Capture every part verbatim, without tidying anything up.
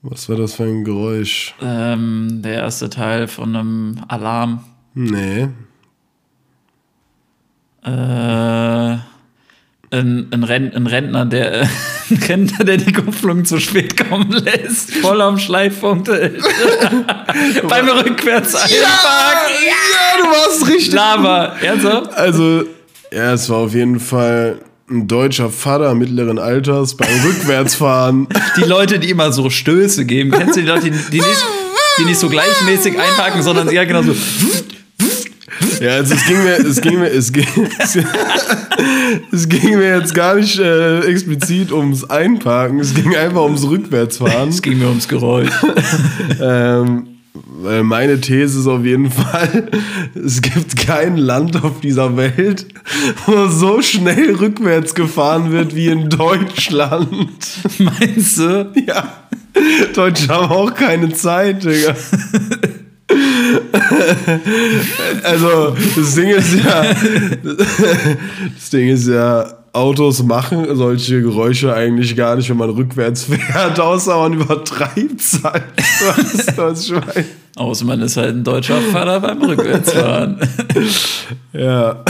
Was war das für ein Geräusch? Ähm, der erste Teil von einem Alarm. Nee. Äh, ein, ein, Ren- ein Rentner, der äh, ein Rentner, der die Kupplung zu spät kommen lässt, voll am Schleifpunkt ist. Beim Rückwärts einparken. Ja, ja, du warst richtig. Lava. Ernsthaft? Also, ja, es war auf jeden Fall ein deutscher Vater mittleren Alters beim Rückwärtsfahren. Die Leute, die immer so Stöße geben, kennst du die Leute, die, die, nicht, die nicht so gleichmäßig einparken, sondern eher genau so. Ja, also es ging mir, es ging mir, es ging, es, es ging mir jetzt gar nicht äh, explizit ums Einparken, es ging einfach ums Rückwärtsfahren. Es ging mir ums Geräusch. ähm, weil meine These ist auf jeden Fall, es gibt kein Land auf dieser Welt, wo so schnell rückwärts gefahren wird wie in Deutschland. Meinst du? Ja, Deutsche haben auch keine Zeit, Digga. Also, das Ding ist ja, das Ding ist ja, Autos machen solche Geräusche eigentlich gar nicht, wenn man rückwärts fährt, außer man übertreibt es halt. Was, was ich meine. Außer man ist halt ein deutscher Vater beim Rückwärtsfahren. Ja.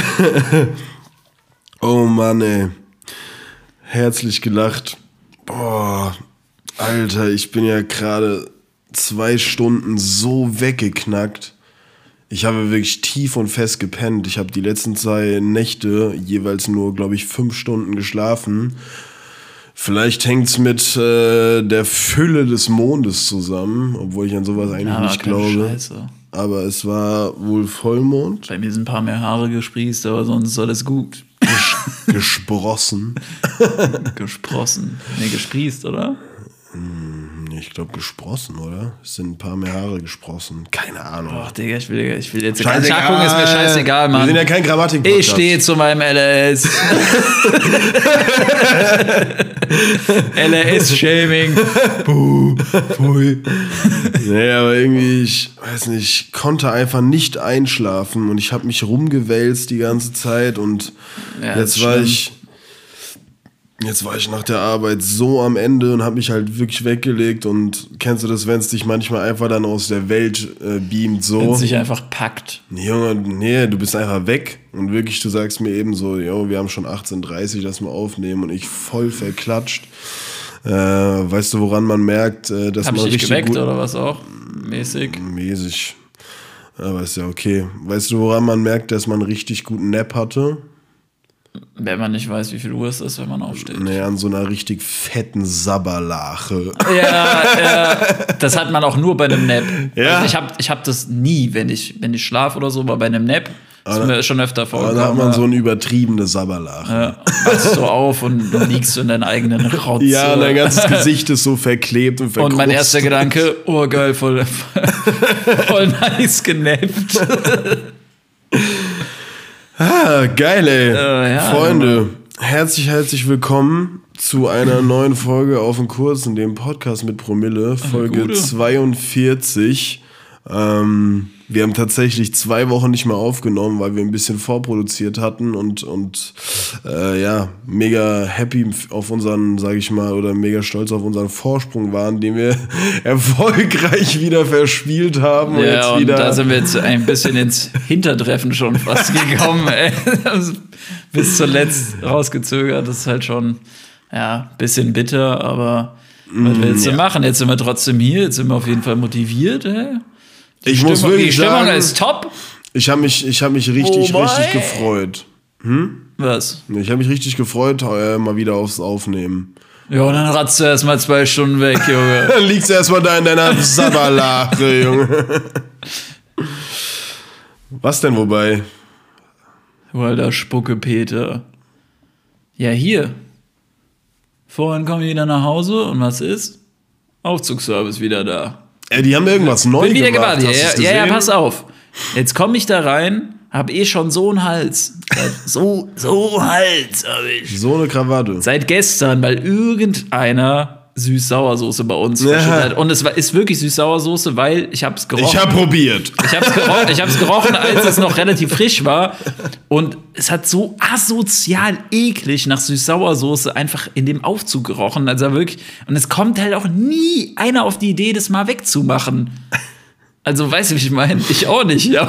Oh Mann, ey. Herzlich gelacht. Boah, Alter, ich bin ja gerade zwei Stunden so weggeknackt. Ich habe wirklich tief und fest gepennt. Ich habe die letzten zwei Nächte jeweils nur, glaube ich, fünf Stunden geschlafen. Vielleicht hängt es mit äh, der Fülle des Mondes zusammen, obwohl ich an sowas eigentlich Ja, nicht keine glaube. Scheiße. Aber es war wohl Vollmond. Bei mir sind ein paar mehr Haare gesprießt, aber sonst ist alles gut. Gesprossen. Gesprossen. Nee, gesprießt, oder? Ich glaube gesprossen, oder? Es sind ein paar mehr Haare gesprossen. Keine Ahnung. Ach, Digga, ich will, ich will jetzt... Scheißegal. Tachung ist mir scheißegal, Mann. Wir sind ja kein Grammatik-Podcast. Ich stehe zu meinem L S. L S-Shaming. Puh, pfui. Nee, aber irgendwie, ich weiß nicht, ich konnte einfach nicht einschlafen und ich habe mich rumgewälzt die ganze Zeit und Ja, jetzt war schlimm. ich jetzt war ich nach der Arbeit so am Ende und habe mich halt wirklich weggelegt und kennst du das, wenn es dich manchmal einfach dann aus der Welt äh, beamt, so. Wenn es sich einfach packt. Nee, Junge, nee, du bist einfach weg und wirklich, du sagst mir eben so, jo, wir haben schon achtzehn Uhr dreißig, lass mal aufnehmen und ich voll verklatscht. Äh, weißt du, woran man merkt, äh, dass Hab man ich dich richtig geweckt gut... oder was auch? Mäßig. Mäßig. Aber ist ja okay. Weißt du, woran man merkt, dass man richtig guten Nap hatte? Wenn man nicht weiß, wie viel Uhr es ist, wenn man aufsteht. Nee, an so einer richtig fetten Sabberlache. Ja, ja, das hat man auch nur bei einem Nap. Ja. Also ich habe ich hab das nie, wenn ich, wenn ich schlafe oder so, aber bei einem Nap ist Aber- mir schon öfter Aber vorgekommen. da hat man so eine übertriebene Sabberlache. ja, wachst du auf und du liegst so in deinen eigenen Rotze. Ja, und dein ganzes Gesicht ist so verklebt und verkrustet. Und mein erster Gedanke, oh geil, voll, voll nice genappt. Ah, geil, ey. Äh, ja, Freunde, herzlich, herzlich willkommen zu einer neuen Folge auf den Kurs in dem Podcast mit Promille, Folge gute. zweiundvierzig. Ähm, wir haben tatsächlich zwei Wochen nicht mehr aufgenommen, weil wir ein bisschen vorproduziert hatten und, und äh, ja, mega happy auf unseren, sag ich mal, oder mega stolz auf unseren Vorsprung waren, den wir erfolgreich wieder verspielt haben. Und Ja, jetzt und wieder da sind wir jetzt ein bisschen ins Hintertreffen schon fast gekommen. Ey. Das ist bis zuletzt rausgezögert. Das ist halt schon, ja, ein bisschen bitter, aber was willst du ja. machen? Jetzt sind wir trotzdem hier, jetzt sind wir auf jeden Fall motiviert. Ey. Die Ich Stimmung, muss wirklich die Stimmung sagen, ist top. Ich habe mich, ich hab mich richtig, Oh richtig mein. gefreut. Was? Ich habe mich richtig gefreut, äh, mal wieder aufs Aufnehmen. Ja, und dann ratzt du erst mal zwei Stunden weg, Junge. Dann liegst du erstmal da in deiner Sabberlache, Junge. Was denn wobei? Du alter Spucke, Peter. Ja, hier. Vorhin komme ich wieder nach Hause und was ist? Aufzugsservice wieder da. Ey, die haben irgendwas neu Bin wieder gemacht. gewartet. Hast du's Ja, ja, ja, gesehen? pass auf. Jetzt komme ich da rein, hab eh schon so einen Hals. So, so einen Hals hab ich. So eine Krawatte. Seit gestern, weil irgendeiner Süß-Sauersoße bei uns Ja. verschüttet. Und es war, ist wirklich Süß-Sauersoße, weil ich hab's gerochen. Ich hab probiert. Ich hab's, gerochen, ich hab's gerochen, als es noch relativ frisch war. Und es hat so asozial eklig nach Süß-Sauersoße einfach in dem Aufzug gerochen. Also wirklich. Und es kommt halt auch nie einer auf die Idee, das mal wegzumachen. Also, weißt du, wie ich meine? Ich auch nicht, ja.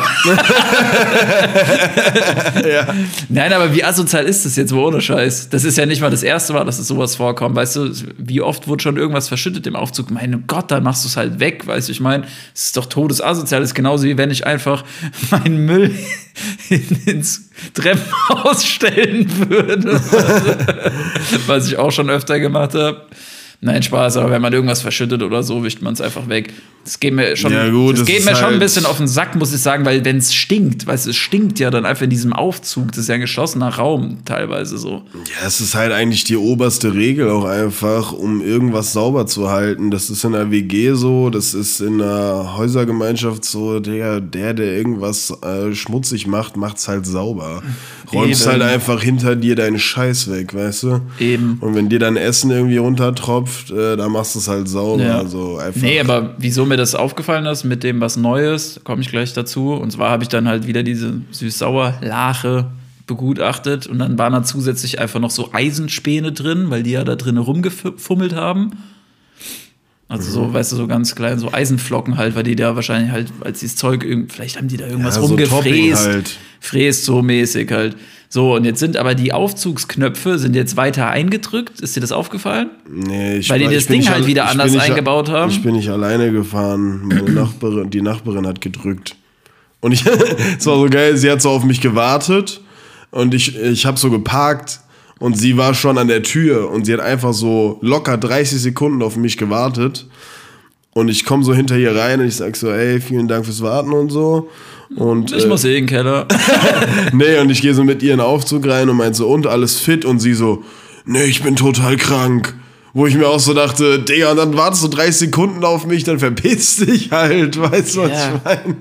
Ja. Nein, aber wie asozial ist das jetzt, wo ohne Scheiß? Das ist ja nicht mal das erste Mal, dass es sowas vorkommt. Weißt du, wie oft wurde schon irgendwas verschüttet im Aufzug? Mein Gott, dann machst du es halt weg, weißt du, ich meine, es ist doch todesasozial. Das ist genauso wie wenn ich einfach meinen Müll ins Treppenhaus stellen würde. Was ich auch schon öfter gemacht habe. Nein, Spaß, aber wenn man irgendwas verschüttet oder so, wischt man es einfach weg. Das geht mir schon, ja, gut, das das geht ist mir schon ein halt bisschen auf den Sack, muss ich sagen, weil wenn es stinkt, weißt du, es stinkt ja dann einfach in diesem Aufzug, das ist ja ein geschlossener Raum teilweise so. Ja, es ist halt eigentlich die oberste Regel auch einfach, um irgendwas sauber zu halten. Das ist in der W G so, das ist in der Häusergemeinschaft so, der, der, der irgendwas äh, schmutzig macht, macht's halt sauber. Räumst Eben. halt einfach hinter dir deinen Scheiß weg, weißt du? Eben. Und wenn dir dein Essen irgendwie runtertropft, äh, dann machst du es halt sauber. Ja. Also einfach. Nee, aber wieso mir das aufgefallen ist mit dem was Neues, komme ich gleich dazu. Und zwar habe ich dann halt wieder diese süß-sauer-Lache begutachtet und dann waren da zusätzlich einfach noch so Eisenspäne drin, weil die ja da drin rumgefummelt haben. Also so, weißt du, so ganz klein, so Eisenflocken halt, weil die da wahrscheinlich halt, als dieses Zeug, irgend- vielleicht haben die da irgendwas Ja, so Topping rumgefräst, halt. fräst so mäßig halt. So, und jetzt sind aber die Aufzugsknöpfe sind jetzt weiter eingedrückt. Ist dir das aufgefallen? Nee, ich Weil die war- das ich bin Ding nicht halt alle- wieder ich bin anders nicht- eingebaut haben. Ich bin nicht alleine gefahren. Meine Nachbarin, die Nachbarin hat gedrückt. Und ich, es war so geil, sie hat so auf mich gewartet und ich, ich habe so geparkt und sie war schon an der Tür und sie hat einfach so locker dreißig Sekunden auf mich gewartet. Und ich komme so hinter ihr rein und ich sag so, ey, vielen Dank fürs Warten und so. Und, Ich äh, muss eh in den Keller. nee, und ich gehe so mit ihr in den Aufzug rein und meinte so, und alles fit? Und sie so, nee, ich bin total krank. Wo ich mir auch so dachte, Digga, und dann wartest du dreißig Sekunden auf mich, dann verpiss dich halt, weißt du, was Ja. ich meine?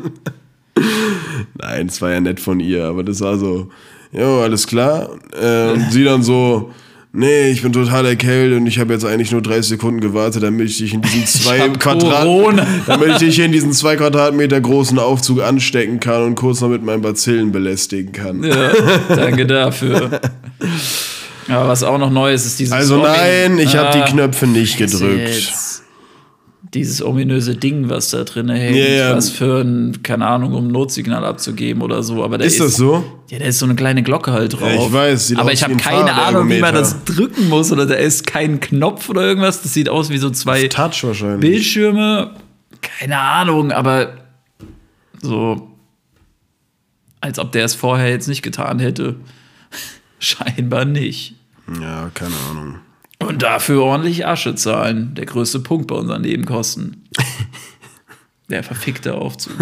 Nein, es war ja nett von ihr, aber das war so, jo, alles klar. Äh, und sie dann so, nee, ich bin total erkältet und ich habe jetzt eigentlich nur dreißig Sekunden gewartet, damit ich dich in diesen zwei hab Quadrat, Corona. damit ich dich in diesen zwei Quadratmeter großen Aufzug anstecken kann und kurz noch mit meinen Bazillen belästigen kann. Ja, danke dafür. Aber was auch noch neu ist, ist dieses Also nein, ich habe Ah, die Knöpfe nicht gedrückt. jetzt. Dieses ominöse Ding, was da drin hängt, Ja, ja. was für ein, keine Ahnung, um ein Notsignal abzugeben oder so. Aber da Ist das so? Ja, da ist so eine kleine Glocke halt drauf. Ja, ich weiß, sieht aber aus ich wie habe ein keine Ahnung, wie man Fahrradergometer. das drücken muss oder da ist kein Knopf oder irgendwas. Das sieht aus wie so zwei Touch wahrscheinlich. Bildschirme. Keine Ahnung, aber so, als ob der es vorher jetzt nicht getan hätte. Scheinbar nicht. Ja, keine Ahnung. Und dafür ordentlich Asche zahlen. Der größte Punkt bei unseren Nebenkosten. Der verfickte Aufzug.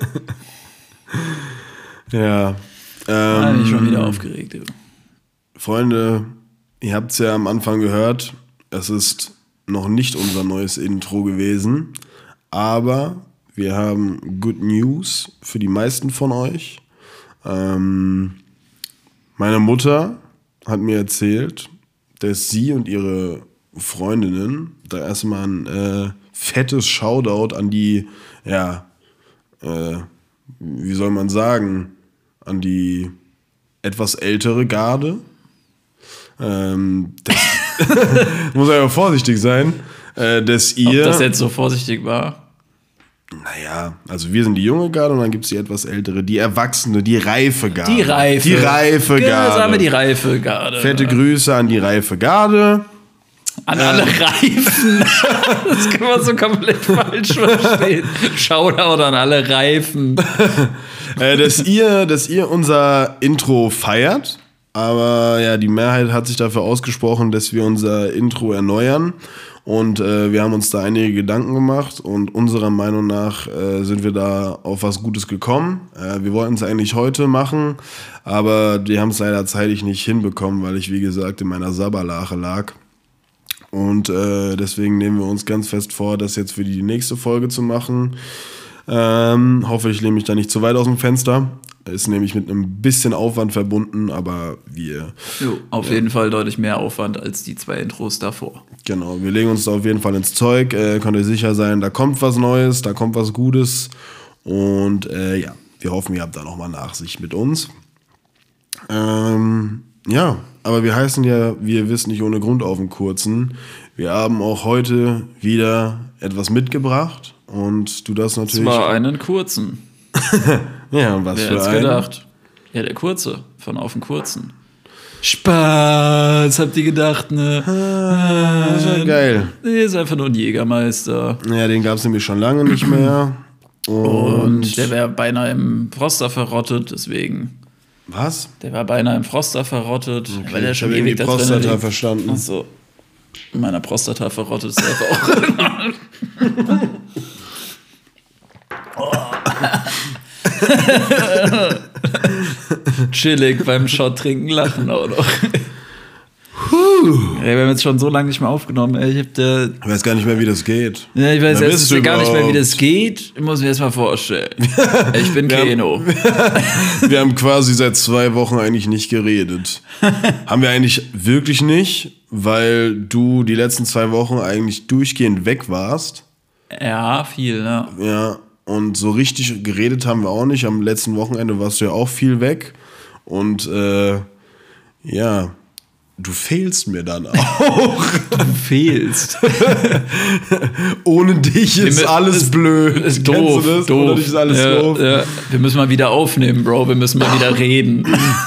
Ja. Da bin ich schon Ähm, wieder aufgeregt. Du. Freunde, ihr habt es ja am Anfang gehört, es ist noch nicht unser neues Intro gewesen, aber wir haben Good News für die meisten von euch. Ähm, meine Mutter hat mir erzählt, dass sie und ihre Freundinnen, da erstmal ein äh, fettes Shoutout an die, ja, äh, wie soll man sagen, an die etwas ältere Garde. Ähm, das muss ja vorsichtig sein, äh, dass Ob ihr. das jetzt so vorsichtig war? Naja, also wir sind die junge Garde und dann gibt es die etwas ältere, die Erwachsene, die reife Garde. Die Reife. Die reife Ja, Garde. sagen wir die Reife Garde. Fette Grüße an die reife Garde. An alle Reifen. Das kann man so komplett falsch verstehen. Shoutout an alle Reifen. äh, dass, ihr, dass ihr unser Intro feiert. Aber ja, die Mehrheit hat sich dafür ausgesprochen, dass wir unser Intro erneuern. Und äh, wir haben uns da einige Gedanken gemacht und unserer Meinung nach äh, sind wir da auf was Gutes gekommen. Äh, wir wollten es eigentlich heute machen, aber wir haben es leider zeitlich nicht hinbekommen, weil ich, wie gesagt, in meiner Sabberlache lag. Und äh, deswegen nehmen wir uns ganz fest vor, das jetzt für die nächste Folge zu machen. Ähm, hoffe, ich lehne mich da nicht zu weit aus dem Fenster. Ist nämlich mit einem bisschen Aufwand verbunden, aber wir... Jo, auf ja. jeden Fall deutlich mehr Aufwand als die zwei Intros davor. Genau, wir legen uns da auf jeden Fall ins Zeug. Äh, könnt ihr sicher sein, da kommt was Neues, da kommt was Gutes. Und äh, ja, wir hoffen, ihr habt da nochmal Nachsicht mit uns. Ähm, ja, aber wir heißen ja, wie ihr wisst, nicht ohne Grund auf den Kurzen. Wir haben auch heute wieder etwas mitgebracht. Und du das natürlich... Zwar einen kurzen. Ja, was Wer für hätte einen? gedacht? Ja, der Kurze, von auf den Kurzen. Spaß, habt ihr gedacht, ne? Ah, das ist ja geil. Nee, ist einfach nur ein Jägermeister. Ja, den gab es nämlich schon lange nicht mehr. Und, Und der wäre beinahe im Froster verrottet, deswegen. Was? Der war beinahe im Froster verrottet, Okay, weil der ich schon hab ewig irgendwie da drin Prostata liegt. verstanden. Achso. Meiner Prostata verrottet ist einfach auch. Chillig beim Shot trinken, lachen auch noch. Ey, wir haben jetzt schon so lange nicht mehr aufgenommen. Ey, ich, hab der ich weiß gar nicht mehr, wie das geht. ja, ich weiß Wer jetzt bist du gar nicht mehr, wie überhaupt? das geht. Ich muss mir jetzt mal vorstellen. Ich bin Wir haben- Keno. Wir haben quasi seit zwei Wochen eigentlich nicht geredet. Haben wir eigentlich wirklich nicht, weil du die letzten zwei Wochen eigentlich durchgehend weg warst. Ja, viel, ne? Ja, und so richtig geredet haben wir auch nicht. Am letzten Wochenende warst du ja auch viel weg. Und äh, ja, du fehlst mir dann auch. Du fehlst. Ohne dich ist Wir- alles ist- blöd. Ist Kennst doof, du das? doof. Ohne dich ist alles ja, doof. Ja. Wir müssen mal wieder aufnehmen, Bro. Wir müssen mal wieder reden.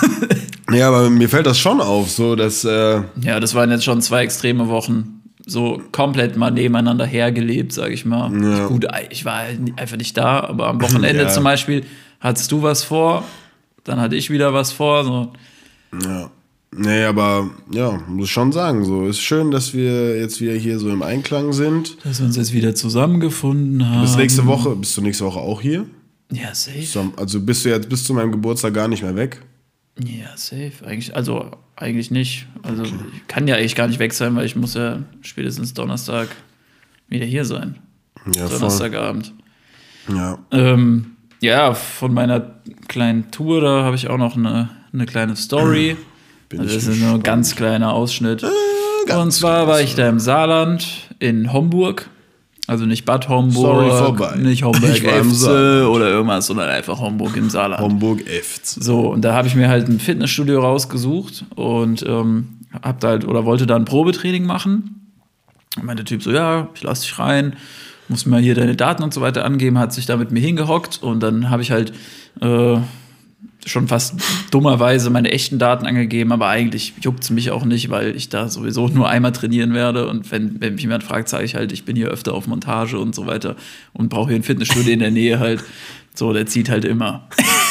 Ja, aber mir fällt das schon auf, so dass äh, Ja, das waren jetzt schon zwei extreme Wochen. So komplett mal nebeneinander hergelebt, sag ich mal. Ja. Gut, ich war halt einfach nicht da, aber am Wochenende Ja. zum Beispiel hattest du was vor, dann hatte ich wieder was vor. So. ja. Nee, aber ja, muss schon sagen, so ist schön, dass wir jetzt wieder hier so im Einklang sind. Dass wir uns jetzt wieder zusammengefunden haben. Bis nächste Woche, bist du nächste Woche auch hier? Ja, safe. So, also bist du jetzt bis zu meinem Geburtstag gar nicht mehr weg? Ja, safe. Eigentlich, also eigentlich nicht. Also ich kann ja eigentlich gar nicht weg sein, weil ich muss ja spätestens Donnerstag wieder hier sein. Ja, voll. Donnerstagabend. Ja. Ähm, ja, von meiner kleinen Tour, da habe ich auch noch eine, eine kleine Story. Bin Also ich das ist nur ein gespannt. ganz kleiner Ausschnitt. ganz Und zwar war ich da im Saarland, in Homburg. Also nicht Bad Homburg, Sorry, vorbei. nicht Homburg Ich war im F C Saarland. oder irgendwas, sondern einfach Homburg im Saarland. Homburg F C. So, und da habe ich mir halt ein Fitnessstudio rausgesucht und ähm, hab da halt, oder wollte da ein Probetraining machen. Und meinte der Typ so, ja, ich lass dich rein, muss mir hier deine Daten und so weiter angeben, hat sich da mit mir hingehockt und dann habe ich halt äh, schon fast dummerweise meine echten Daten angegeben, aber eigentlich juckt es mich auch nicht, weil ich da sowieso nur einmal trainieren werde und wenn, wenn mich jemand fragt, sage ich halt, ich bin hier öfter auf Montage und so weiter und brauche hier ein Fitnessstudio in der Nähe halt. So, der zieht halt immer.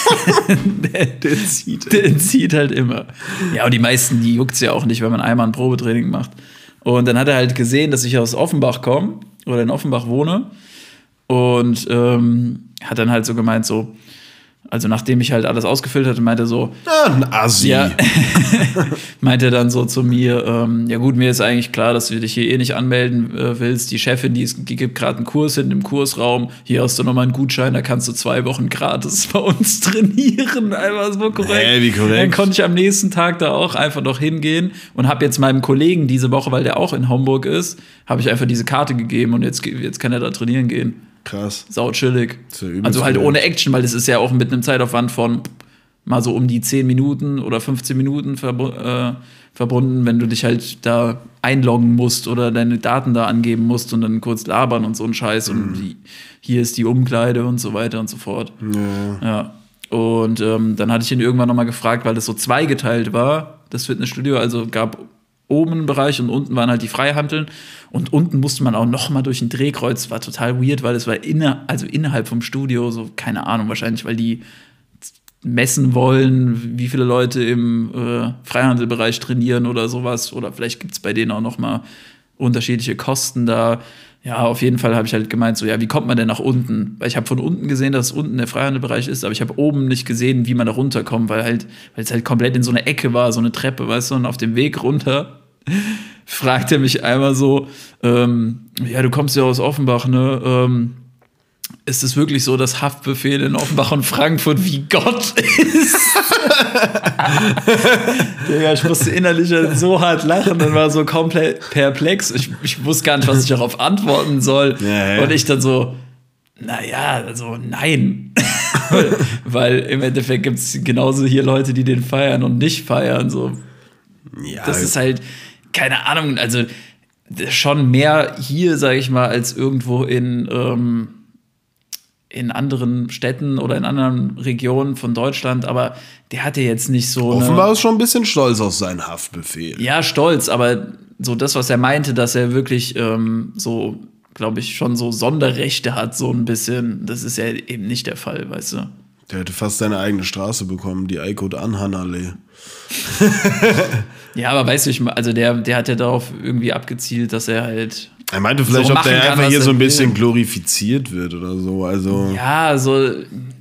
der, der, zieht. der zieht halt immer. Ja, und die meisten, die juckt es ja auch nicht, wenn man einmal ein Probetraining macht. Und dann hat er halt gesehen, dass ich aus Offenbach komme oder in Offenbach wohne und ähm, hat dann halt so gemeint, so, also nachdem ich halt alles ausgefüllt hatte, meinte er so, Ah, ein Assi. ja, meinte er dann so zu mir, ähm, ja gut, mir ist eigentlich klar, dass du dich hier eh nicht anmelden äh, willst. Die Chefin, die, ist, die gibt gerade einen Kurs hinten im Kursraum. Hier hast du nochmal einen Gutschein, da kannst du zwei Wochen gratis bei uns trainieren. Einfach so korrekt. Hä, wie korrekt? Dann konnte ich am nächsten Tag da auch einfach noch hingehen und habe jetzt meinem Kollegen diese Woche, weil der auch in Homburg ist, habe ich einfach diese Karte gegeben und jetzt, jetzt kann er da trainieren gehen. Krass. Sau chillig. ist ja übelst Also halt wild. ohne Action, weil das ist ja auch mit einem Zeitaufwand von mal so um die zehn Minuten oder fünfzehn Minuten verbu äh, verbunden, wenn du dich halt da einloggen musst oder deine Daten da angeben musst und dann kurz labern und so ein Scheiß und die, hier ist die Umkleide und so weiter und so fort. Ja. Ja. Und ähm, dann hatte ich ihn irgendwann nochmal gefragt, weil das so zweigeteilt war, das Fitnessstudio, also gab oben einen Bereich und unten waren halt die Freihanteln und unten musste man auch noch mal durch ein Drehkreuz, war total weird, weil es war inner, also innerhalb vom Studio, so keine Ahnung, wahrscheinlich, weil die messen wollen, wie viele Leute im äh, Freihandelbereich trainieren oder sowas oder vielleicht gibt es bei denen auch noch mal unterschiedliche Kosten da. Ja, auf jeden Fall habe ich halt gemeint, so, ja, wie kommt man denn nach unten? Weil ich habe von unten gesehen, dass unten der Freihandelbereich ist, aber ich habe oben nicht gesehen, wie man da runterkommt, weil halt, weil es halt komplett in so eine Ecke war, so eine Treppe, weißt du, und auf dem Weg runter fragt er mich einmal so, ähm, ja, du kommst ja aus Offenbach, ne, ähm, ist es wirklich so, dass Haftbefehl in Offenbach und Frankfurt wie Gott ist. Digga, ich musste innerlich so hart lachen und war so komplett perplex. Ich, ich wusste gar nicht, was ich darauf antworten soll. Ja, ja. Und ich dann so, naja, also nein. Weil im Endeffekt gibt es genauso hier Leute, die den feiern und nicht feiern. So. Ja, das ist halt, keine Ahnung, also schon mehr hier, sag ich mal, als irgendwo in, ähm, in anderen Städten oder in anderen Regionen von Deutschland. Aber der hat ja jetzt nicht so. Offenbar ist schon ein bisschen stolz auf seinen Haftbefehl. Ja, stolz, aber so das, was er meinte, dass er wirklich ähm, so, glaube ich, schon so Sonderrechte hat, so ein bisschen, das ist ja eben nicht der Fall, weißt du. Der hätte fast seine eigene Straße bekommen, die Eikot-Anhan-Allee. Ja, aber weißt du, ich, also der, der hat ja darauf irgendwie abgezielt, dass er halt. Er meinte vielleicht, so ob der kann, einfach hier so ein bisschen will. glorifiziert wird oder so. Also. Ja, so.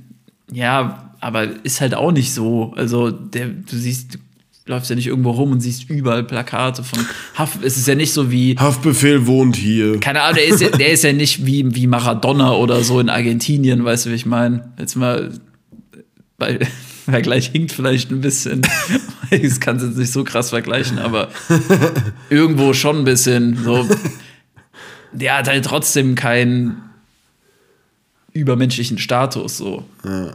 Ja, aber ist halt auch nicht so. Also, der, du siehst, du läufst ja nicht irgendwo rum und siehst überall Plakate von Haft. Es ist ja nicht so wie. Haftbefehl wohnt hier. Keine Ahnung, der ist ja, der ist ja nicht wie, wie Maradona oder so in Argentinien, weißt du, wie ich meine? Jetzt mal. Weil. Vergleich hinkt vielleicht ein bisschen. Ich kann es jetzt nicht so krass vergleichen, aber irgendwo schon ein bisschen. So. Der hat halt trotzdem keinen übermenschlichen Status. So. Ja.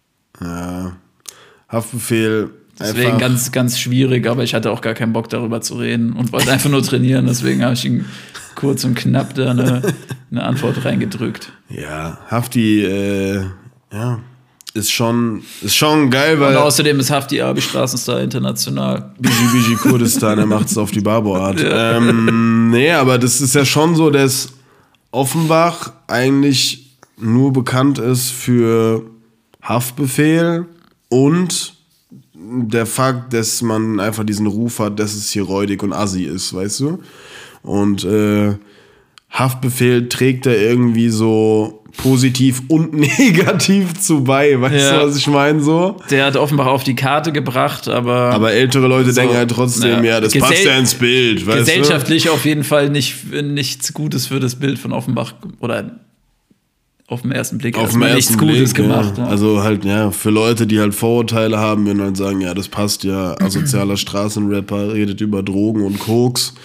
Ja. Haftbefehl. Deswegen ganz, ganz schwierig, aber ich hatte auch gar keinen Bock, darüber zu reden und wollte einfach nur trainieren. Deswegen habe ich ihn kurz und knapp da eine, eine Antwort reingedrückt. Ja, Hafti, äh, ja. Ist schon, ist schon geil, weil. Und außerdem ist Hafti Abi Straßenstar international. Biji Biji Kurdistan, er macht's auf die Barbo-Art. Ja. Ähm, nee, aber das ist ja schon so, dass Offenbach eigentlich nur bekannt ist für Haftbefehl und der Fakt, dass man einfach diesen Ruf hat, dass es hier räudig und assi ist, weißt du? Und äh, Haftbefehl trägt da irgendwie so positiv und negativ zu bei, weißt ja. du, was ich meine so? Der hat Offenbach auf die Karte gebracht, aber aber ältere Leute so, denken halt trotzdem, ja, ja das Gesell- passt ja ins Bild, weißt gesellschaftlich du? Auf jeden Fall nicht, nichts Gutes für das Bild von Offenbach oder auf den ersten Blick auf den ersten nichts Blick, Gutes ja. gemacht. Ja. Also halt, ja, für Leute, die halt Vorurteile haben, würden halt sagen, ja, das passt ja, asozialer Straßenrapper, redet über Drogen und Koks.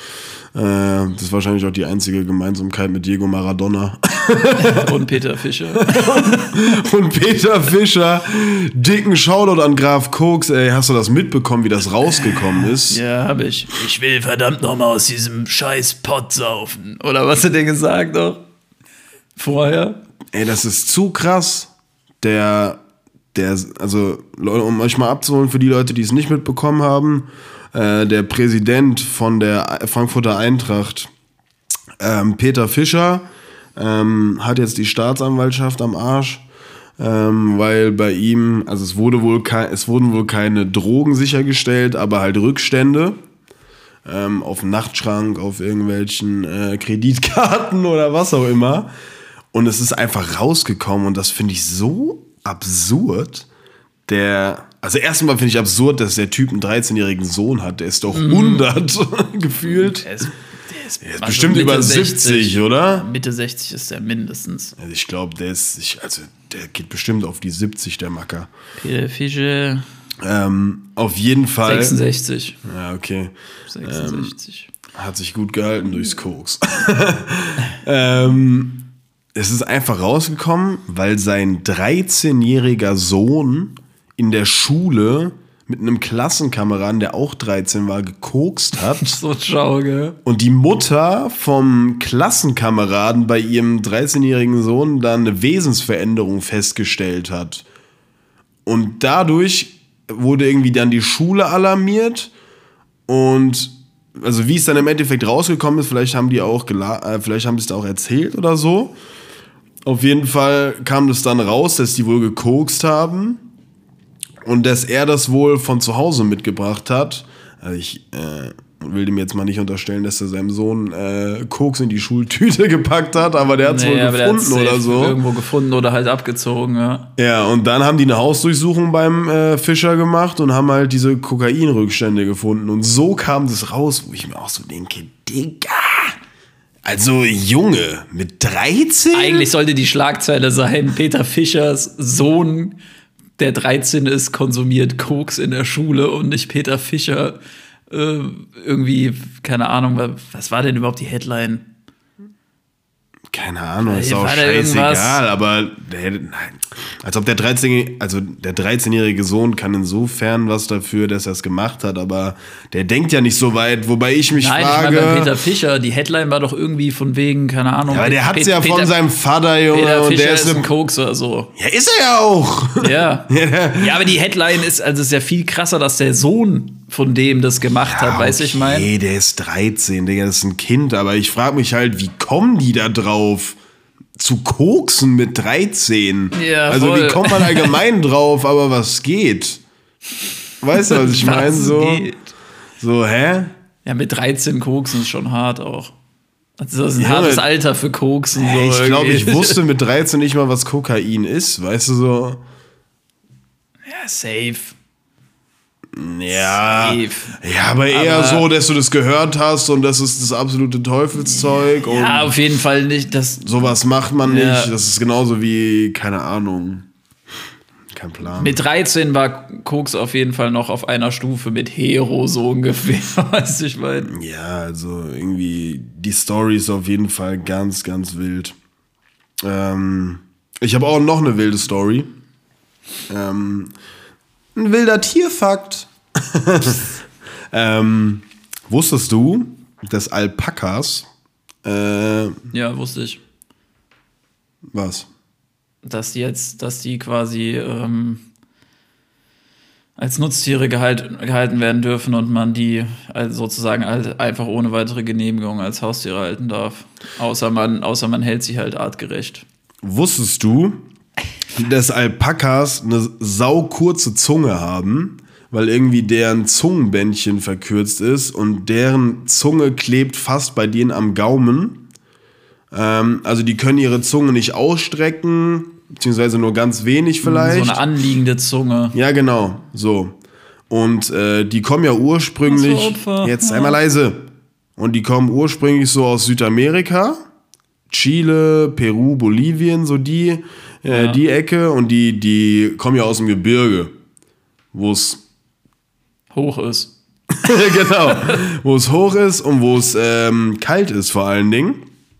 Das ist wahrscheinlich auch die einzige Gemeinsamkeit mit Diego Maradona. Und Peter Fischer. Und Peter Fischer. Dicken Shoutout an Graf Koks. Ey, hast du das mitbekommen, wie das rausgekommen ist? Ja, hab ich. Ich will verdammt noch mal aus diesem scheiß Pott saufen. Oder was hat der gesagt doch? Vorher? Ey, das ist zu krass. Der, der, also, um euch mal abzuholen für die Leute, die es nicht mitbekommen haben, Äh, der Präsident von der Frankfurter Eintracht, ähm, Peter Fischer, ähm, hat jetzt die Staatsanwaltschaft am Arsch, ähm, weil bei ihm, also es wurde wohl kei- es wurden wohl keine Drogen sichergestellt, aber halt Rückstände ähm, auf dem Nachtschrank, auf irgendwelchen äh, Kreditkarten oder was auch immer. Und es ist einfach rausgekommen und das finde ich so absurd. Der, also erstmal finde ich absurd, dass der Typ einen dreizehnjährigen Sohn hat. Der ist doch hundert gefühlt. Der ist, der ist, der ist also bestimmt über siebzig, sechzig, oder? Mitte sechzig ist der mindestens. Also ich glaube, der ist, ich, also der geht bestimmt auf die siebzig, der Macker. Peter Fischer. Ähm, auf jeden Fall. sechsundsechzig. Ja, okay. sechsundsechzig. Ähm, hat sich gut gehalten durchs Koks. ähm, es ist einfach rausgekommen, weil sein dreizehnjähriger Sohn in der Schule mit einem Klassenkameraden, der auch dreizehn war, gekokst hat. So schau, gell? Und die Mutter vom Klassenkameraden bei ihrem dreizehnjährigen Sohn dann eine Wesensveränderung festgestellt hat. Und dadurch wurde irgendwie dann die Schule alarmiert. Und also wie es dann im Endeffekt rausgekommen ist, vielleicht haben die auch gela- äh, vielleicht haben sie es da auch erzählt oder so. Auf jeden Fall kam das dann raus, dass die wohl gekokst haben. Und dass er das wohl von zu Hause mitgebracht hat. Also ich äh, will dem jetzt mal nicht unterstellen, dass er seinem Sohn äh, Koks in die Schultüte gepackt hat, aber der hat es nee, wohl gefunden oder so. Irgendwo gefunden oder halt abgezogen, ja. Ja, und dann haben die eine Hausdurchsuchung beim äh, Fischer gemacht und haben halt diese Kokainrückstände gefunden. Und so kam das raus, wo ich mir auch so denke, Digga, Also, Junge, mit dreizehn? Eigentlich sollte die Schlagzeile sein, Peter Fischers Sohn, der dreizehn ist, konsumiert Koks in der Schule und nicht Peter Fischer äh, irgendwie, keine Ahnung, was war denn überhaupt die Headline? Keine Ahnung, ist War auch da scheißegal, irgendwas? aber der, nein. Als ob der dreizehn, also der dreizehnjährige Sohn kann insofern was dafür, dass er es gemacht hat, aber der denkt ja nicht so weit, wobei ich mich Nein, frage. ich meine bei Peter Fischer, die Headline war doch irgendwie von wegen, keine Ahnung. Ja, aber der hat's ja Peter, von seinem Vater, Junge, Peter und Fischer der ist ist ein Koks oder so. Ja, ist er ja auch. Ja. Ja, aber die Headline ist, also ist ja viel krasser, dass der Sohn von dem das gemacht Ja, hat, weißt du, ich meine. Nee, der ist dreizehn, Digga, das ist ein Kind, aber ich frage mich halt, wie kommen die da drauf? Zu koksen mit dreizehn. Ja, also voll. wie kommt man allgemein drauf, aber was geht? Weißt du, was ich meine? So, geht? so, hä? Ja, mit dreizehn Koksen ist schon hart auch. Also das ist ein Junge, hartes Alter für Koksen. Hey, so ich glaube, irgendwie. ich wusste mit dreizehn nicht mal, was Kokain ist, weißt du so? Ja, safe. Ja, Safe. ja, aber eher Aber- so, dass du das gehört hast und das ist das absolute Teufelszeug und Ja, auf jeden Fall nicht. Das, sowas macht man nicht. Ja. Das ist genauso wie, keine Ahnung, kein Plan. mit dreizehn war Koks auf jeden Fall noch auf einer Stufe mit Hero so ungefähr, weißt du, ich meine. Ja, also irgendwie, die Story ist auf jeden Fall ganz, ganz wild. Ähm, ich habe auch noch eine wilde Story. Ähm, ein wilder Tierfakt. ähm, wusstest du, dass Alpakas, äh, Ja, wusste ich. was? Dass die jetzt, dass die quasi ähm, als Nutztiere gehalt, gehalten werden dürfen und man die also sozusagen als, einfach ohne weitere Genehmigung als Haustiere halten darf. Außer man, außer man hält sie halt artgerecht. Wusstest du, dass Alpakas eine saukurze Zunge haben, weil irgendwie deren Zungenbändchen verkürzt ist und deren Zunge klebt fast bei denen am Gaumen? Ähm, also die können ihre Zunge nicht ausstrecken, beziehungsweise nur ganz wenig vielleicht. So eine anliegende Zunge. Ja, genau, so. Und äh, die kommen ja ursprünglich, Was für Opfer. jetzt Ja. einmal leise, und die kommen ursprünglich so aus Südamerika, Chile, Peru, Bolivien, so die, äh, Ja. die Ecke, und die, die kommen ja aus dem Gebirge, wo es Hoch ist. genau, wo es hoch ist und wo es ähm, kalt ist vor allen Dingen.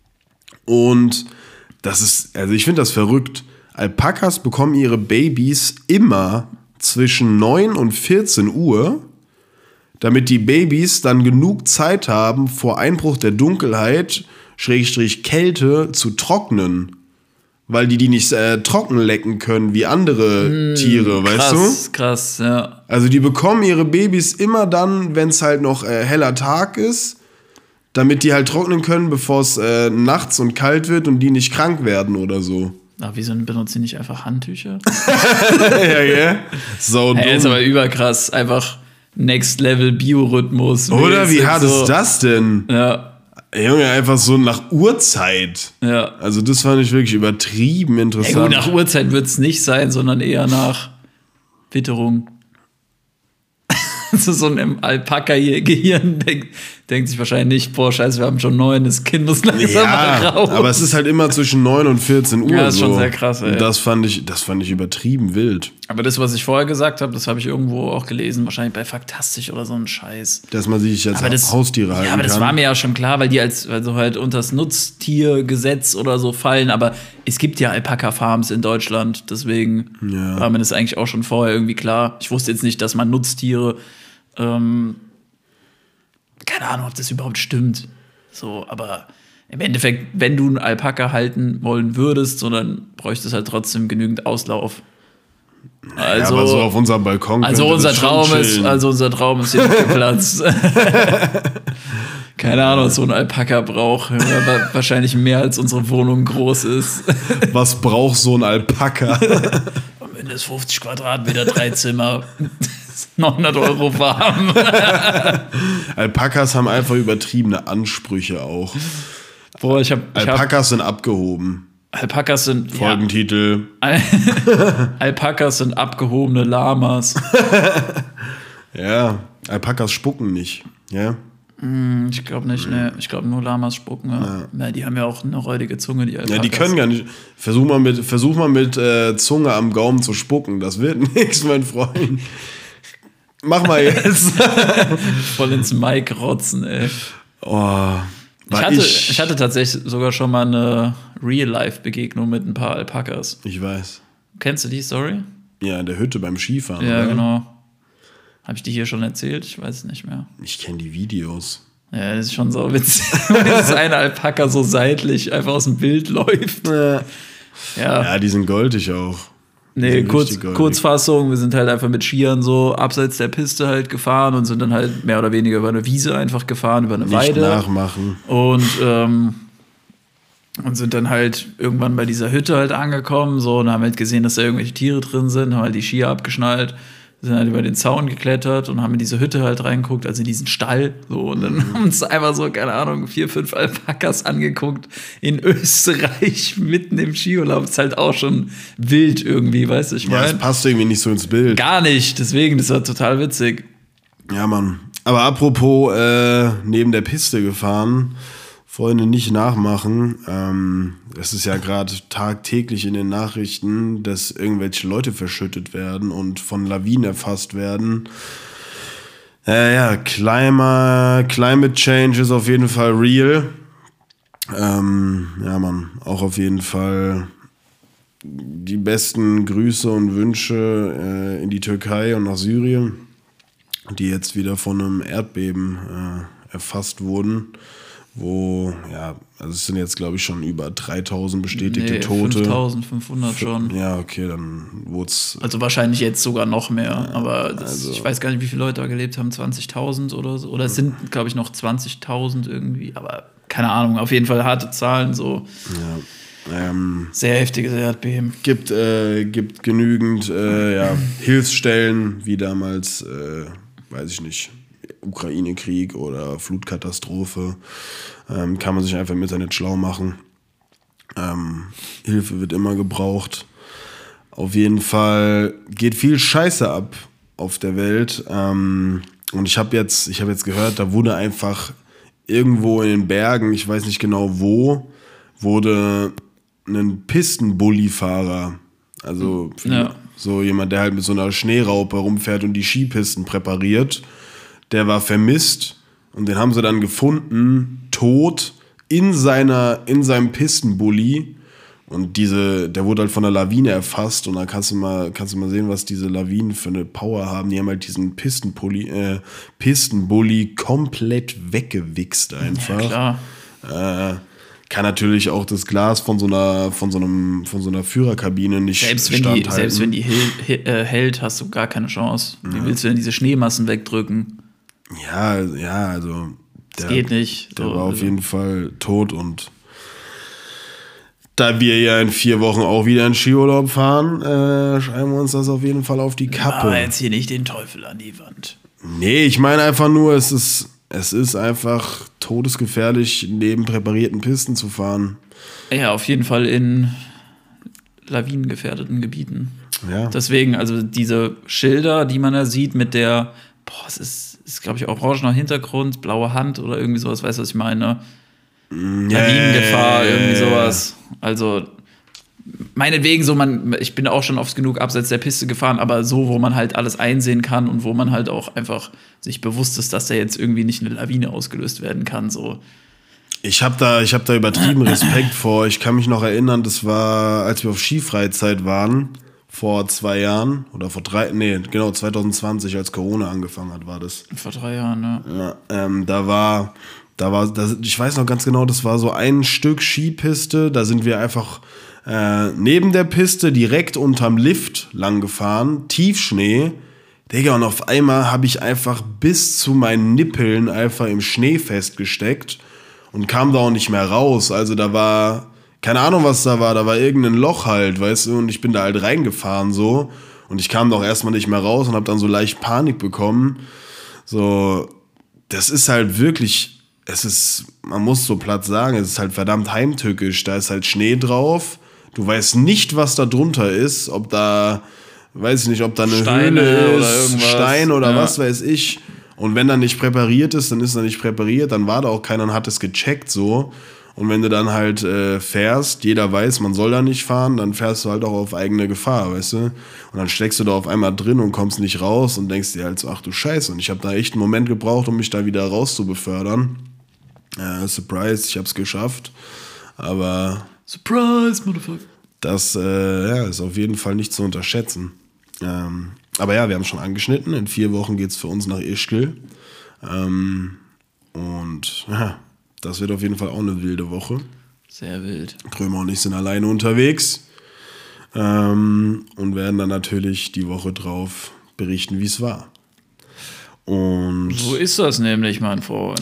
Und das ist, also ich finde das verrückt. Alpakas bekommen ihre Babys immer zwischen neun und vierzehn Uhr, damit die Babys dann genug Zeit haben, vor Einbruch der Dunkelheit, Schrägstrich Kälte, zu trocknen. Weil die die nicht äh, trocken lecken können wie andere Tiere, weißt du? Krass, krass, ja. Also die bekommen ihre Babys immer dann, wenn es halt noch äh, heller Tag ist, damit die halt trocknen können, bevor es äh, nachts und kalt wird und die nicht krank werden oder so. Aber wieso benutzen die nicht einfach Handtücher? Ja, ja. So Hey, ist dumm. aber überkrass. Einfach Next Level Biorhythmus. Oder wie hart so. ist das denn? Ja, Junge, einfach so nach Uhrzeit. ja. Also das fand ich wirklich übertrieben Ey, interessant. gut, nach Uhrzeit wird es nicht sein, sondern eher nach Witterung. So, so ein Alpaka-Gehirn denkt, denkt sich wahrscheinlich nicht, boah, scheiße, wir haben schon neun, das Kind muss langsam mal Ja, raus. aber es ist halt immer zwischen neun und vierzehn Uhr. Ja, ist so. schon sehr krass, ey. Und das fand ich, das fand ich übertrieben wild. Aber das, was ich vorher gesagt habe, das habe ich irgendwo auch gelesen, wahrscheinlich bei Faktastisch oder so ein Scheiß. Dass man sich jetzt Aber das, Haustiere halten ja, aber das kann. war mir ja schon klar, weil die als also halt unter das Nutztiergesetz oder so fallen. Aber es gibt ja Alpaka-Farms in Deutschland, deswegen Ja. war mir das eigentlich auch schon vorher irgendwie klar. Ich wusste jetzt nicht, dass man Nutztiere, ähm, keine Ahnung, ob das überhaupt stimmt. So, aber im Endeffekt, wenn du einen Alpaka halten wollen würdest, so, dann bräuchte es halt trotzdem genügend Auslauf. Also, ja, aber so auf unserem Balkon. also könnte unser das schon Traum ist, chillen. also unser Traum ist hier nicht geplatzt. Keine Ahnung, was so ein Alpaka braucht. Ja, wahrscheinlich mehr als unsere Wohnung groß ist. Was braucht so ein Alpaka? Mindestens fünfzig Quadratmeter, drei Zimmer, neunhundert Euro warm. Alpakas haben einfach übertriebene Ansprüche auch. Boah, ich hab, ich hab Alpakas sind abgehoben. Alpakas sind ja, Folgentitel. Al Alpakas sind abgehobene Lamas. Ja, Alpakas spucken nicht. Ja. Ich glaube nicht, ne. Ich glaube nur Lamas spucken. Ja. Ja. Ja, die haben ja auch eine räudige Zunge, die Alpakas. Ja, die können gar nicht. Versuch mal mit, versuch mal mit äh, Zunge am Gaumen zu spucken. Das wird nichts, mein Freund. Mach mal jetzt. Voll ins Mic rotzen, ey. Oh, ich, hatte, ich, ich hatte tatsächlich sogar schon mal eine Real-Life-Begegnung mit ein paar Alpakas. Ich weiß. Kennst du die Story? Ja, in der Hütte beim Skifahren. Ja, oder? Genau. Habe ich die hier schon erzählt? Ich weiß es nicht mehr. Ich kenne die Videos. Ja, das ist schon so witzig, dass ein Alpaka so seitlich einfach aus dem Bild läuft. Ja, ja. ja die sind goldig auch. Nee, kurz, Kurzfassung, wir sind halt einfach mit Skiern so abseits der Piste halt gefahren und sind dann halt mehr oder weniger über eine Wiese einfach gefahren, über eine Nicht Weide. nachmachen. Und, ähm, und sind dann halt irgendwann bei dieser Hütte halt angekommen, so, und haben halt gesehen, dass da irgendwelche Tiere drin sind, haben halt die Skier abgeschnallt, sind halt über den Zaun geklettert und haben in diese Hütte halt reingeguckt, also in diesen Stall, so, und dann mhm. haben uns einfach so, keine Ahnung, vier, fünf Alpakas angeguckt in Österreich, mitten im Skiurlaub. Das ist halt auch schon wild irgendwie, weißt du, ich meine. Ja, das passt irgendwie nicht so ins Bild. Gar nicht, deswegen, das war total witzig. Ja, Mann. Aber apropos äh, neben der Piste gefahren, Freunde, nicht nachmachen. Ähm, es ist ja gerade tagtäglich in den Nachrichten, dass irgendwelche Leute verschüttet werden und von Lawinen erfasst werden. Äh, ja, Klima, Climate Change ist auf jeden Fall real. Ähm, ja, Mann, auch auf jeden Fall die besten Grüße und Wünsche äh, in die Türkei und nach Syrien, die jetzt wieder von einem Erdbeben äh, erfasst wurden. Wo, ja, also es sind jetzt, glaube ich, schon über dreitausend bestätigte nee, Tote. fünftausendfünfhundert schon. Ja, okay, dann wurde es. Also wahrscheinlich jetzt sogar noch mehr, ja, aber das, also, ich weiß gar nicht, wie viele Leute da gelebt haben, zwanzigtausend oder so. Oder es sind, glaube ich, noch zwanzigtausend irgendwie, aber keine Ahnung, auf jeden Fall harte Zahlen, so. Ja. Ähm, Sehr heftiges Erdbeben. Gibt, äh, gibt genügend äh, ja, Hilfsstellen, wie damals, äh, weiß ich nicht, Ukraine-Krieg oder Flutkatastrophe, ähm, kann man sich einfach im Internet schlau machen. Ähm, Hilfe wird immer gebraucht. Auf jeden Fall geht viel Scheiße ab auf der Welt. Ähm, und ich habe jetzt, ich habe jetzt gehört, da wurde einfach irgendwo in den Bergen, ich weiß nicht genau wo, wurde ein Pistenbullifahrer, also ja. so jemand, der halt mit so einer Schneeraupe rumfährt und die Skipisten präpariert, der war vermisst und den haben sie dann gefunden, tot, in seiner, in seinem Pistenbully. Und diese, der wurde halt von der Lawine erfasst und da kannst du mal, kannst du mal sehen, was diese Lawinen für eine Power haben. Die haben halt diesen Pistenbully, äh, Pistenbully komplett weggewichst einfach. Ja, klar. Äh, kann natürlich auch das Glas von so einer, von so einem, von so einer Führerkabine nicht selbst wenn standhalten. Die, selbst wenn die hält, äh, hält, hast du gar keine Chance. Wie ja. willst du denn diese Schneemassen wegdrücken? Ja, ja, also das der, geht nicht. Der so, war auf also. jeden Fall tot und da wir ja in vier Wochen auch wieder in Skiurlaub fahren, äh, schreiben wir uns das auf jeden Fall auf die Kappe. Aber jetzt hier nicht den Teufel an die Wand. Nee, ich meine einfach nur, es ist, es ist einfach todesgefährlich, neben präparierten Pisten zu fahren. Ja, auf jeden Fall in lawinengefährdeten Gebieten. Ja. Deswegen, also diese Schilder, die man da sieht mit der, boah, es ist, ist glaube ich, orangener Hintergrund, blaue Hand oder irgendwie sowas, weißt du, was ich meine? Yeah. Lawinengefahr, irgendwie sowas. Also meinetwegen so, man, ich bin auch schon oft genug abseits der Piste gefahren, aber so, wo man halt alles einsehen kann und wo man halt auch einfach sich bewusst ist, dass da jetzt irgendwie nicht eine Lawine ausgelöst werden kann, so. Ich habe da, ich hab da übertrieben Respekt vor. Ich kann mich noch erinnern, das war, als wir auf Skifreizeit waren, vor zwei Jahren oder vor drei, nee, genau, zwanzig zwanzig, als Corona angefangen hat, war das. Vor drei Jahren, ne? Ja, ähm, da war, da war, da, ich weiß noch ganz genau, das war so ein Stück Skipiste, da sind wir einfach äh, neben der Piste direkt unterm Lift lang gefahren, Tiefschnee. Digga, und auf einmal habe ich einfach bis zu meinen Nippeln einfach im Schnee festgesteckt und kam da auch nicht mehr raus. Also da war, keine Ahnung, was da war, da war irgendein Loch halt, weißt du, und ich bin da halt reingefahren so und ich kam doch erstmal nicht mehr raus und habe dann so leicht Panik bekommen. So, das ist halt wirklich, es ist, man muss so platt sagen, es ist halt verdammt heimtückisch. Da ist halt Schnee drauf, du weißt nicht, was da drunter ist, ob da, weiß ich nicht, ob da eine Steine Höhle oder ist, irgendwas. Stein oder ja. was weiß ich. Und wenn er nicht präpariert ist, dann ist er nicht präpariert, dann war da auch keiner und hat es gecheckt so. Und wenn du dann halt äh, fährst, jeder weiß, man soll da nicht fahren, dann fährst du halt auch auf eigene Gefahr, weißt du? Und dann steckst du da auf einmal drin und kommst nicht raus und denkst dir halt so, ach du Scheiße. Und ich habe da echt einen Moment gebraucht, um mich da wieder raus zu befördern. Äh, surprise, ich hab's geschafft. Aber Surprise, Motherfucker. Das äh, ja, ist auf jeden Fall nicht zu unterschätzen. Ähm, aber ja, wir haben schon angeschnitten. In vier Wochen geht's für uns nach Ischgl. Ähm, und ja, das wird auf jeden Fall auch eine wilde Woche. Sehr wild. Krömer und ich sind alleine unterwegs. Ähm, und werden dann natürlich die Woche drauf berichten, wie es war. Und so ist das nämlich, mein Freund.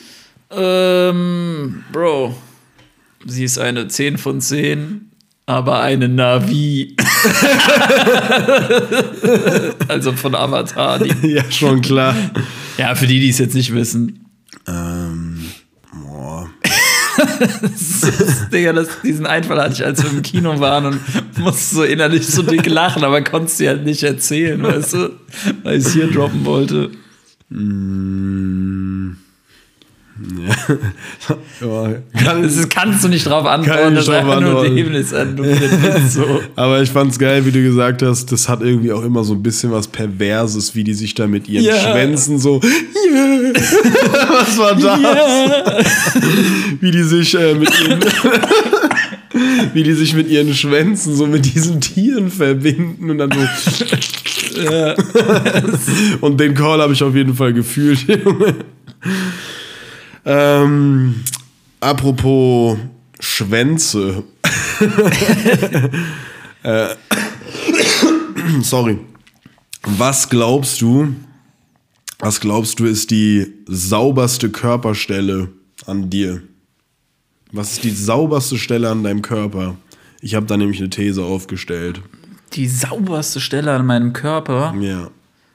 Ähm, Bro, sie ist eine zehn von zehn, aber eine Navi. Also von Avatar. Die ja, schon klar. Ja, für die, die es jetzt nicht wissen. Ähm, boah. das ist, Digga, das, diesen Einfall hatte ich, als wir im Kino waren und musste so innerlich so dick lachen, aber konnte es dir halt nicht erzählen, weißt du, weil ich es hier droppen wollte. Mm. Ja. Ja, kann, das ist, kannst du nicht drauf antworten, das ist einfach nur dämlich, so. Aber ich fand's geil, wie du gesagt hast, das hat irgendwie auch immer so ein bisschen was Perverses, wie die sich da mit ihren yeah. Schwänzen so yeah. Was war das? Yeah. Wie die sich äh, mit ihren wie die sich mit ihren Schwänzen so mit diesen Tieren verbinden und dann so ja. Und den Call habe ich auf jeden Fall gefühlt, Junge. Ähm, apropos Schwänze. äh, sorry. Was glaubst du, was glaubst du, ist die sauberste Körperstelle an dir? Was ist die sauberste Stelle an deinem Körper? Ich habe da nämlich eine These aufgestellt. Die sauberste Stelle an meinem Körper? Ja.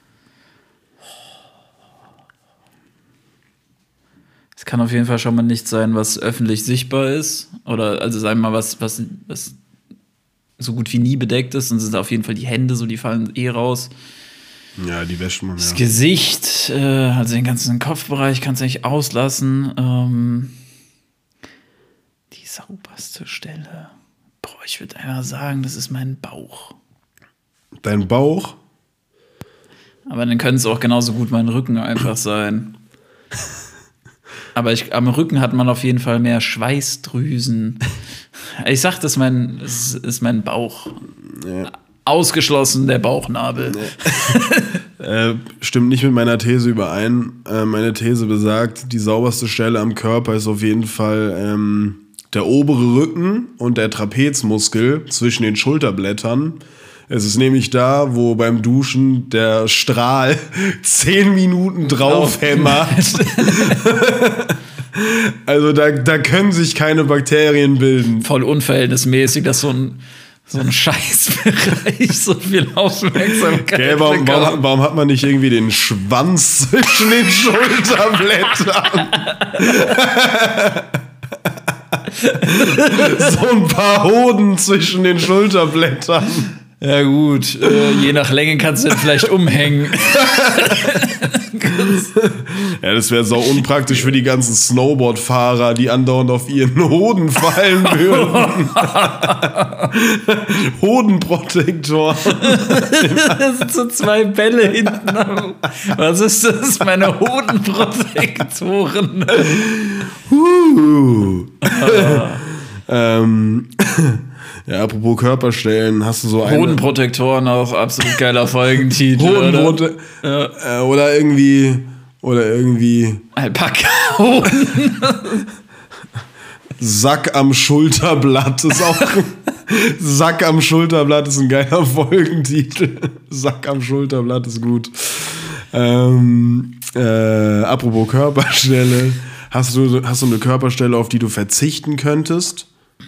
Es kann auf jeden Fall schon mal nichts sein, was öffentlich sichtbar ist. Oder, also sagen wir mal, was, was, was so gut wie nie bedeckt ist. Und es sind auf jeden Fall die Hände, so die fallen eh raus. Ja, die wäscht man, ja. Das Gesicht, äh, also den ganzen Kopfbereich kannst du nicht auslassen. Ähm, die sauberste Stelle. Boah, ich würde einfach sagen, das ist mein Bauch. Dein Bauch? Aber dann könnte es auch genauso gut mein Rücken einfach sein. Aber ich, am Rücken hat man auf jeden Fall mehr Schweißdrüsen. Ich sag, das ist mein, das ist mein Bauch. Ja. Ausgeschlossen der Bauchnabel. Ja. äh, stimmt nicht mit meiner These überein. Äh, meine These besagt, die sauberste Stelle am Körper ist auf jeden Fall ähm, der obere Rücken und der Trapezmuskel zwischen den Schulterblättern. Es ist nämlich da, wo beim Duschen der Strahl zehn Minuten draufhämmert. Also da, da können sich keine Bakterien bilden. Voll unverhältnismäßig, dass so ein, so ein Scheißbereich so viel Aufmerksamkeit okay, warum, warum, warum hat man nicht irgendwie den Schwanz zwischen den Schulterblättern? So ein paar Hoden zwischen den Schulterblättern. Ja gut, äh, je nach Länge kannst du den vielleicht umhängen. Ja, das wäre so unpraktisch für die ganzen Snowboardfahrer, die andauernd auf ihren Hoden fallen würden. Hodenprotektor. Das sind so zwei Bälle hinten. Was ist das? Meine Hodenprotektoren. Uh. ähm... Ja, apropos Körperstellen, hast du so eine... Hodenprotektoren, auch absolut geiler Folgentitel. Hodenprote- oder? Ja. Äh, oder irgendwie... Oder irgendwie... Alpaka-Hoden. Sack am Schulterblatt ist auch... Sack am Schulterblatt ist ein geiler Folgentitel. Sack am Schulterblatt ist gut. Ähm, äh, apropos Körperstelle. Hast du, hast du eine Körperstelle, auf die du verzichten könntest?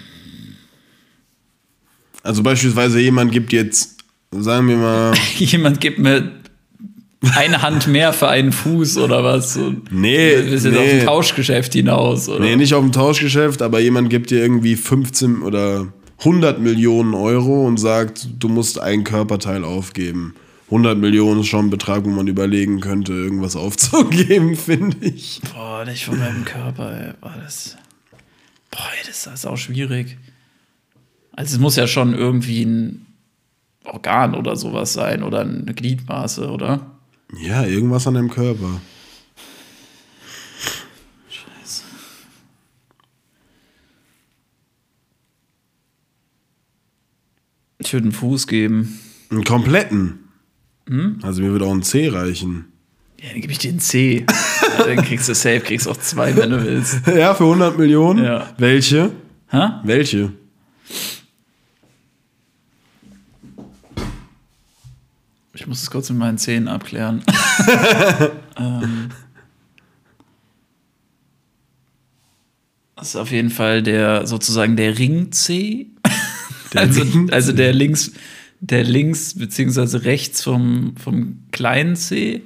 Also beispielsweise jemand gibt jetzt, sagen wir mal... Jemand gibt mir eine Hand mehr für einen Fuß oder was? Und nee, wir sind nee. auf ein Tauschgeschäft hinaus, oder? Nee, nicht auf ein Tauschgeschäft, aber jemand gibt dir irgendwie fünfzehn oder hundert Millionen Euro und sagt, du musst ein Körperteil aufgeben. hundert Millionen ist schon ein Betrag, wo man überlegen könnte, irgendwas aufzugeben, finde ich. Boah, nicht von meinem Körper, ey. Boah, das, boah, das ist auch schwierig. Also es muss ja schon irgendwie ein Organ oder sowas sein oder eine Gliedmaße, oder? Ja, irgendwas an deinem Körper. Scheiße. Ich würde einen Fuß geben. Einen kompletten? Hm? Also mir würde auch ein C reichen. Ja, dann gebe ich dir einen C. Ja, dann kriegst du safe, kriegst auch zwei, wenn du willst. Ja, für hundert Millionen? Ja. Welche? Hä? Welche? Ich muss es kurz mit meinen Zähnen abklären. ähm, das ist auf jeden Fall der sozusagen der Ring-C. Der also, Ring-C. also der links, der links beziehungsweise rechts vom, vom kleinen C.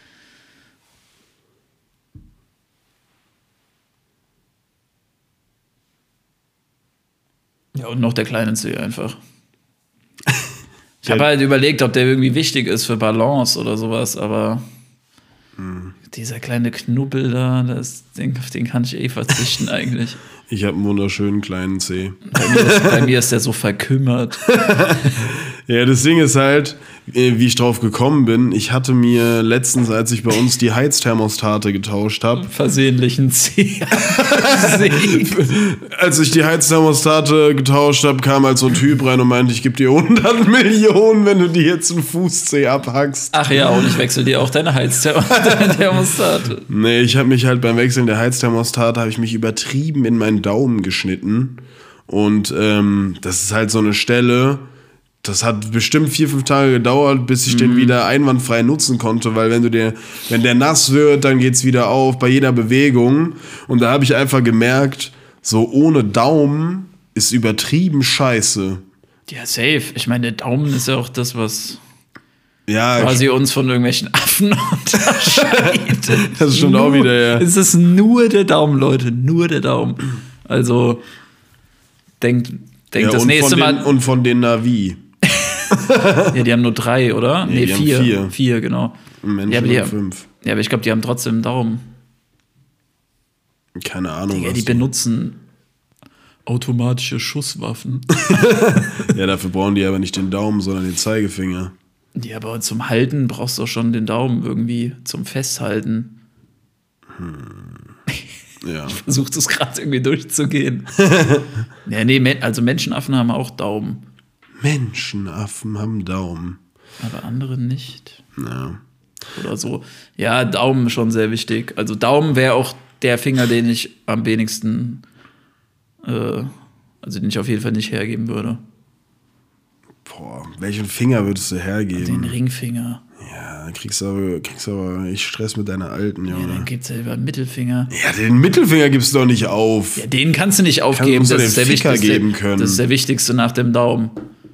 Ja, und noch der kleine C einfach. Ich habe halt überlegt, ob der irgendwie wichtig ist für Balance oder sowas, aber hm. dieser kleine Knubbel da, das, den, auf den kann ich eh verzichten eigentlich. Ich habe einen wunderschönen kleinen C. Bei mir ist, bei mir ist der so verkümmert. Ja, das Ding ist halt, wie ich drauf gekommen bin, ich hatte mir letztens, als ich bei uns die Heizthermostate getauscht habe, versehentlich ein C. Als ich die Heizthermostate getauscht habe, kam halt so ein Typ rein und meinte, ich gebe dir hundert Millionen, wenn du dir jetzt einen Fuß-C abhackst. Ach ja, und ich wechsle dir auch deine Heizthermostate. Nee, ich habe mich halt beim Wechseln der Heizthermostate, habe ich mich übertrieben in meinen Daumen geschnitten. Und ähm, das ist halt so eine Stelle, das hat bestimmt vier, fünf Tage gedauert, bis ich mhm. den wieder einwandfrei nutzen konnte, weil wenn du der, wenn der nass wird, dann geht's wieder auf bei jeder Bewegung. Und da habe ich einfach gemerkt, so ohne Daumen ist übertrieben scheiße. Ja, safe. Ich meine, der Daumen ist ja auch das, was ja, quasi uns von irgendwelchen Affen unterscheidet. Das ist schon nur, auch wieder, ja. Es ist nur der Daumen, Leute, nur der Daumen. Also denkt, denkt ja, das nächste den, Mal. Und von den Navi. Ja, die haben nur drei, oder? Nee, nee, die vier. Haben vier. Vier, genau. Menschen ja, aber die haben fünf. Ja, aber ich glaube, die haben trotzdem einen Daumen. Keine Ahnung. Digga, die benutzen automatische Schusswaffen. Ja, dafür brauchen die aber nicht den Daumen, sondern den Zeigefinger. Ja, aber zum Halten brauchst du auch schon den Daumen irgendwie zum Festhalten. Hm. Ja. Ich versuche das gerade irgendwie durchzugehen. Ja, nee, also Menschenaffen haben auch Daumen. Menschenaffen haben Daumen. Aber andere nicht. Ja. Oder so. Ja, Daumen ist schon sehr wichtig. Also Daumen wäre auch der Finger, den ich am wenigsten, äh, also den ich auf jeden Fall nicht hergeben würde. Boah, welchen Finger würdest du hergeben? Den Ringfinger. Ja, kriegst aber, kriegst aber ich Stress mit deiner alten, Junge. Ja, dann gibt's ja über den Mittelfinger. Ja, den Mittelfinger gibst du doch nicht auf. Ja, den kannst du nicht aufgeben. Kannst du das, den ist der Ficker wichtigste, geben können. Das ist der wichtigste nach dem Daumen.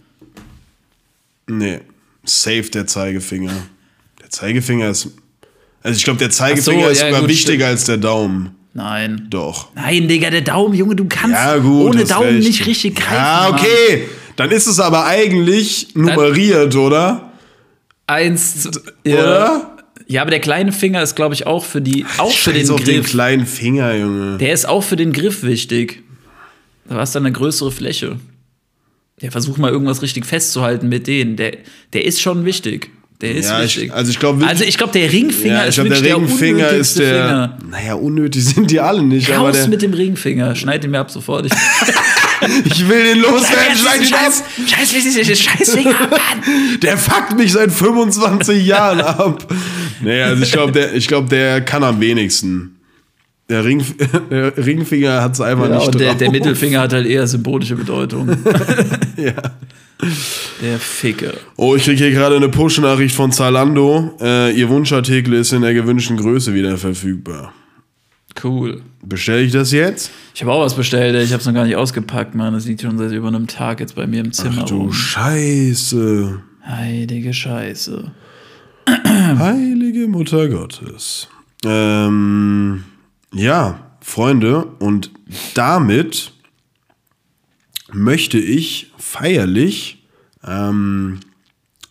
Nee, safe der Zeigefinger. Der Zeigefinger ist, also ich glaube, der Zeigefinger so, ist ja, sogar gut, wichtiger stimmt. als der Daumen. Nein. Doch. Nein, Digga, der Daumen, Junge, du kannst ja, gut, ohne Daumen recht. nicht richtig greifen. Ja, okay. Mann. Dann ist es aber eigentlich nummeriert, Dann, oder? Eins, ja. Oder? Ja, aber der kleine Finger ist, glaube ich, auch für die, auch für den auf Griff. Den kleinen Finger, Junge. Der ist auch für den Griff wichtig. Da hast du dann eine größere Fläche. Ja, versuch mal irgendwas richtig festzuhalten mit denen. Der, der ist schon wichtig. Der ist ja, wichtig. Ich, also ich glaube, also ich glaube, der Ringfinger ja, ist glaub, wirklich der Ringfinger der ist der. Finger. Naja, unnötig sind die alle nicht. Raus aber der, mit dem Ringfinger. Schneid ihn mir ab sofort. Ich, ich will den loswerden. Schneid ihn ab. Scheiß, scheiß, scheiß Finger ab, Mann. Der fuckt mich seit fünfundzwanzig Jahren ab. Naja, also ich glaube, der, ich glaub, der kann am wenigsten. Der, Ring, der Ringfinger hat es einfach ja, nicht und drauf. Der, der Mittelfinger hat halt eher symbolische Bedeutung. Ja. Der Ficker. Oh, ich kriege hier gerade eine Push-Nachricht von Zalando. Äh, ihr Wunschartikel ist in der gewünschten Größe wieder verfügbar. Cool. Bestelle ich das jetzt? Ich habe auch was bestellt, ich habe es noch gar nicht ausgepackt, Mann. Das liegt schon seit über einem Tag jetzt bei mir im Zimmer. Ach du rum. Scheiße. Heilige Scheiße. Heilige Mutter Gottes. Ähm, ja, Freunde, und damit möchte ich feierlich ähm,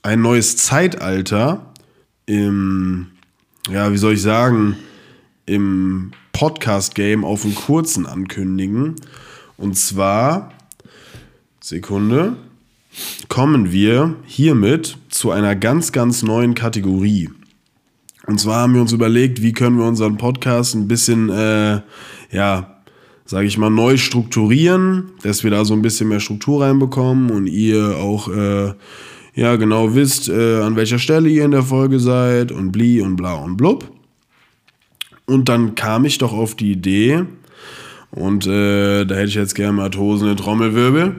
ein neues Zeitalter im, ja, wie soll ich sagen, im Podcast-Game auf einen kurzen ankündigen. Und zwar, Sekunde, kommen wir hiermit zu einer ganz, ganz neuen Kategorie. Und zwar haben wir uns überlegt, wie können wir unseren Podcast ein bisschen, äh, ja, sage ich mal, neu strukturieren, dass wir da so ein bisschen mehr Struktur reinbekommen und ihr auch, äh, ja, genau wisst, äh, an welcher Stelle ihr in der Folge seid und bli und bla und blub. Und dann kam ich doch auf die Idee, und äh, da hätte ich jetzt gerne mal tosende Trommelwirbel.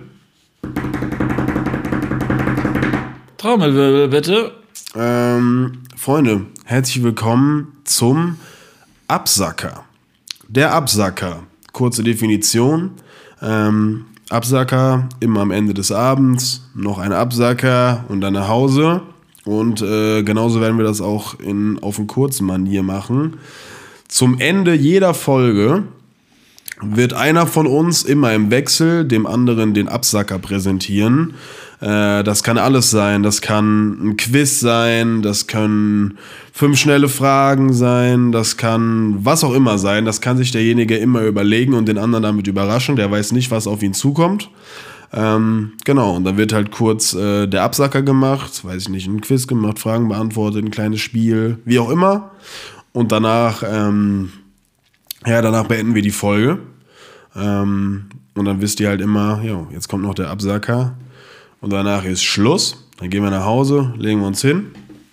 Trommelwirbel, bitte. Ähm, Freunde, herzlich willkommen zum Absacker. Der Absacker, kurze Definition. Ähm, Absacker, immer am Ende des Abends, noch ein Absacker und dann nach Hause. Und äh, genauso werden wir das auch in, auf einen kurzen Manier machen. Zum Ende jeder Folge wird einer von uns immer im Wechsel dem anderen den Absacker präsentieren. Äh, das kann alles sein. Das kann ein Quiz sein, das können fünf schnelle Fragen sein, das kann was auch immer sein. Das kann sich derjenige immer überlegen und den anderen damit überraschen. Der weiß nicht, was auf ihn zukommt. Ähm, genau, und dann wird halt kurz äh, der Absacker gemacht, weiß ich nicht, ein Quiz gemacht, Fragen beantwortet, ein kleines Spiel, wie auch immer. Und danach, ähm, ja, danach beenden wir die Folge. Ähm, und dann wisst ihr halt immer, ja, jetzt kommt noch der Absacker. Und danach ist Schluss. Dann gehen wir nach Hause, legen wir uns hin.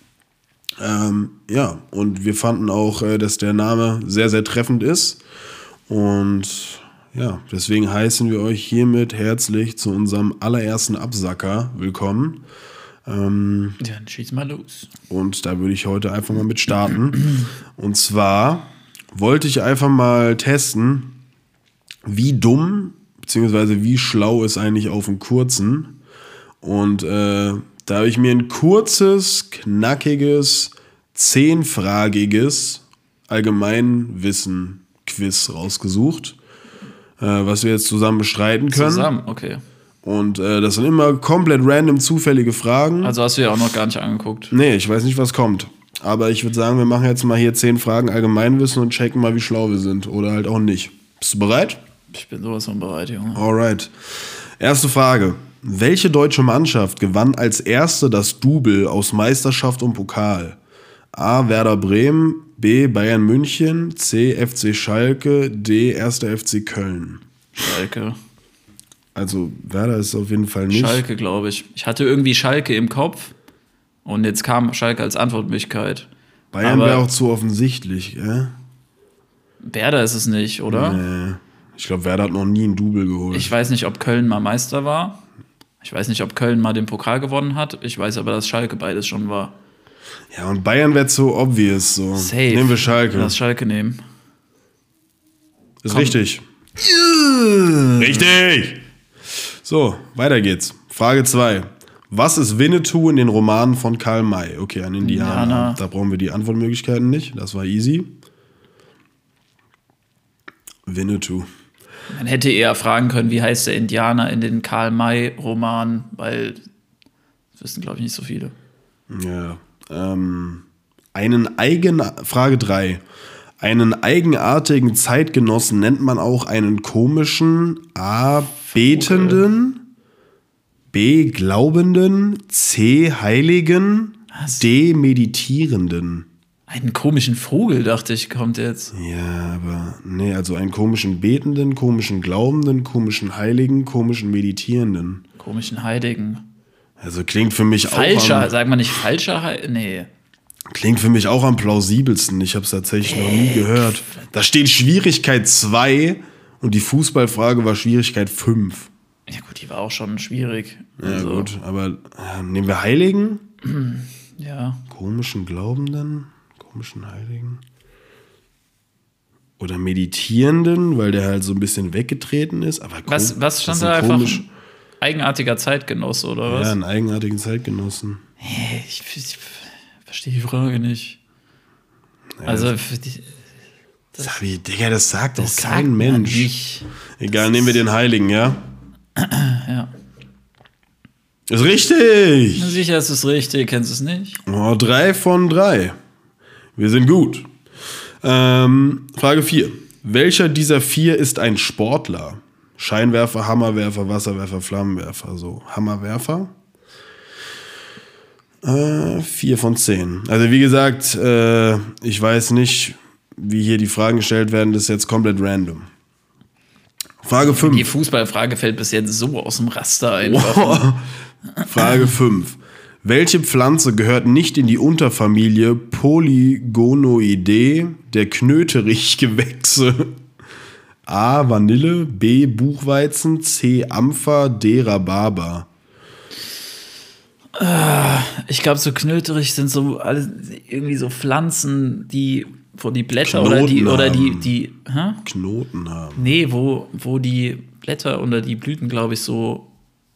Ähm, ja, und wir fanden auch, äh, dass der Name sehr, sehr treffend ist. Und ja, deswegen heißen wir euch hiermit herzlich zu unserem allerersten Absacker willkommen. Ähm, ja, dann schieß mal los. Und da würde ich heute einfach mal mit starten. Und zwar wollte ich einfach mal testen, wie dumm bzw. wie schlau ist eigentlich auf dem Kurzen. Und äh, da habe ich mir ein kurzes, knackiges, zehnfragiges Allgemeinwissen-Quiz rausgesucht, äh, was wir jetzt zusammen bestreiten können. Zusammen, okay. Und äh, das sind immer komplett random, zufällige Fragen. Also hast du ja auch noch gar nicht angeguckt. Nee, ich weiß nicht, was kommt. Aber ich würde sagen, wir machen jetzt mal hier zehn Fragen Allgemeinwissen und checken mal, wie schlau wir sind. Oder halt auch nicht. Bist du bereit? Ich bin sowas von bereit, Junge. Alright. Erste Frage. Welche deutsche Mannschaft gewann als erste das Double aus Meisterschaft und Pokal? A. Werder Bremen, B. Bayern München, C. F C Schalke, D. erster F C Köln. Schalke. Also Werder ist auf jeden Fall nicht. Schalke, glaube ich. Ich hatte irgendwie Schalke im Kopf und jetzt kam Schalke als Antwortmöglichkeit. Bayern wäre auch zu offensichtlich, gell? Werder ist es nicht, oder? Nee. Ich glaube, Werder hat noch nie ein Double geholt. Ich weiß nicht, ob Köln mal Meister war. Ich weiß nicht, ob Köln mal den Pokal gewonnen hat. Ich weiß aber, dass Schalke beides schon war. Ja, und Bayern wäre zu obvious. So. Safe. Nehmen wir Schalke. Lass Schalke nehmen. Ist Komm. richtig. Richtig! So, weiter geht's. Frage zwei. Was ist Winnetou in den Romanen von Karl May? Okay, ein Indianer. Indianer. Da brauchen wir die Antwortmöglichkeiten nicht. Das war easy. Winnetou. Man hätte eher fragen können, wie heißt der Indianer in den Karl-May-Romanen, weil das wissen, glaube ich, nicht so viele. Ja. Ähm, einen eigen Frage drei. Einen eigenartigen Zeitgenossen nennt man auch einen komischen A. Betenden, B. Glaubenden, C. Heiligen, Was? D. Meditierenden. Einen komischen Vogel, dachte ich, kommt jetzt. Ja, aber nee, also einen komischen Betenden, komischen Glaubenden, komischen Heiligen, komischen Meditierenden. Komischen Heiligen. Also klingt für mich Falscher, auch am, sagt man nicht falscher Heiligen? Nee. klingt für mich auch am plausibelsten. Ich habe es tatsächlich noch nie gehört. Da steht Schwierigkeit zwei und die Fußballfrage war Schwierigkeit fünf. Ja gut, die war auch schon schwierig. Ja Also, gut, aber äh, nehmen wir Heiligen? Ja. Komischen Glaubenden, komischen Heiligen. Oder Meditierenden, weil der halt so ein bisschen weggetreten ist. Aber Was, kom- was stand das da sind einfach? komisch- Ein eigenartiger Zeitgenosse, oder was? Ja, einen eigenartigen Zeitgenossen. Hey, ich, ich, ich verstehe die Frage nicht. Ja, Also, für die, Sabi, Digga, das sagt doch das kein sagt man Mensch. nicht. Egal, nehmen wir den Heiligen, ja? Ja. Ist richtig. Na sicher ist es richtig, kennst du es nicht? Oh, drei von drei. Wir sind gut. Ähm, Frage vier. Welcher dieser vier ist ein Sportler? Scheinwerfer, Hammerwerfer, Wasserwerfer, Flammenwerfer. So, Hammerwerfer. Äh, vier von zehn. Also wie gesagt, äh, ich weiß nicht, wie hier die Fragen gestellt werden. Das ist jetzt komplett random. Frage fünf. Die Fußballfrage fällt bis jetzt so aus dem Raster einfach. Wow. Frage fünf. Welche Pflanze gehört nicht in die Unterfamilie Polygonoideae der Knöterichgewächse? A. Vanille, B. Buchweizen, C. Ampfer, D. Rhabarber. Ich glaube, so Knöterich sind so alles irgendwie so Pflanzen, die, wo die Blätter Knoten oder die, oder die, haben. die, hä? Knoten haben. Nee, wo, wo die Blätter oder die Blüten, glaube ich, so,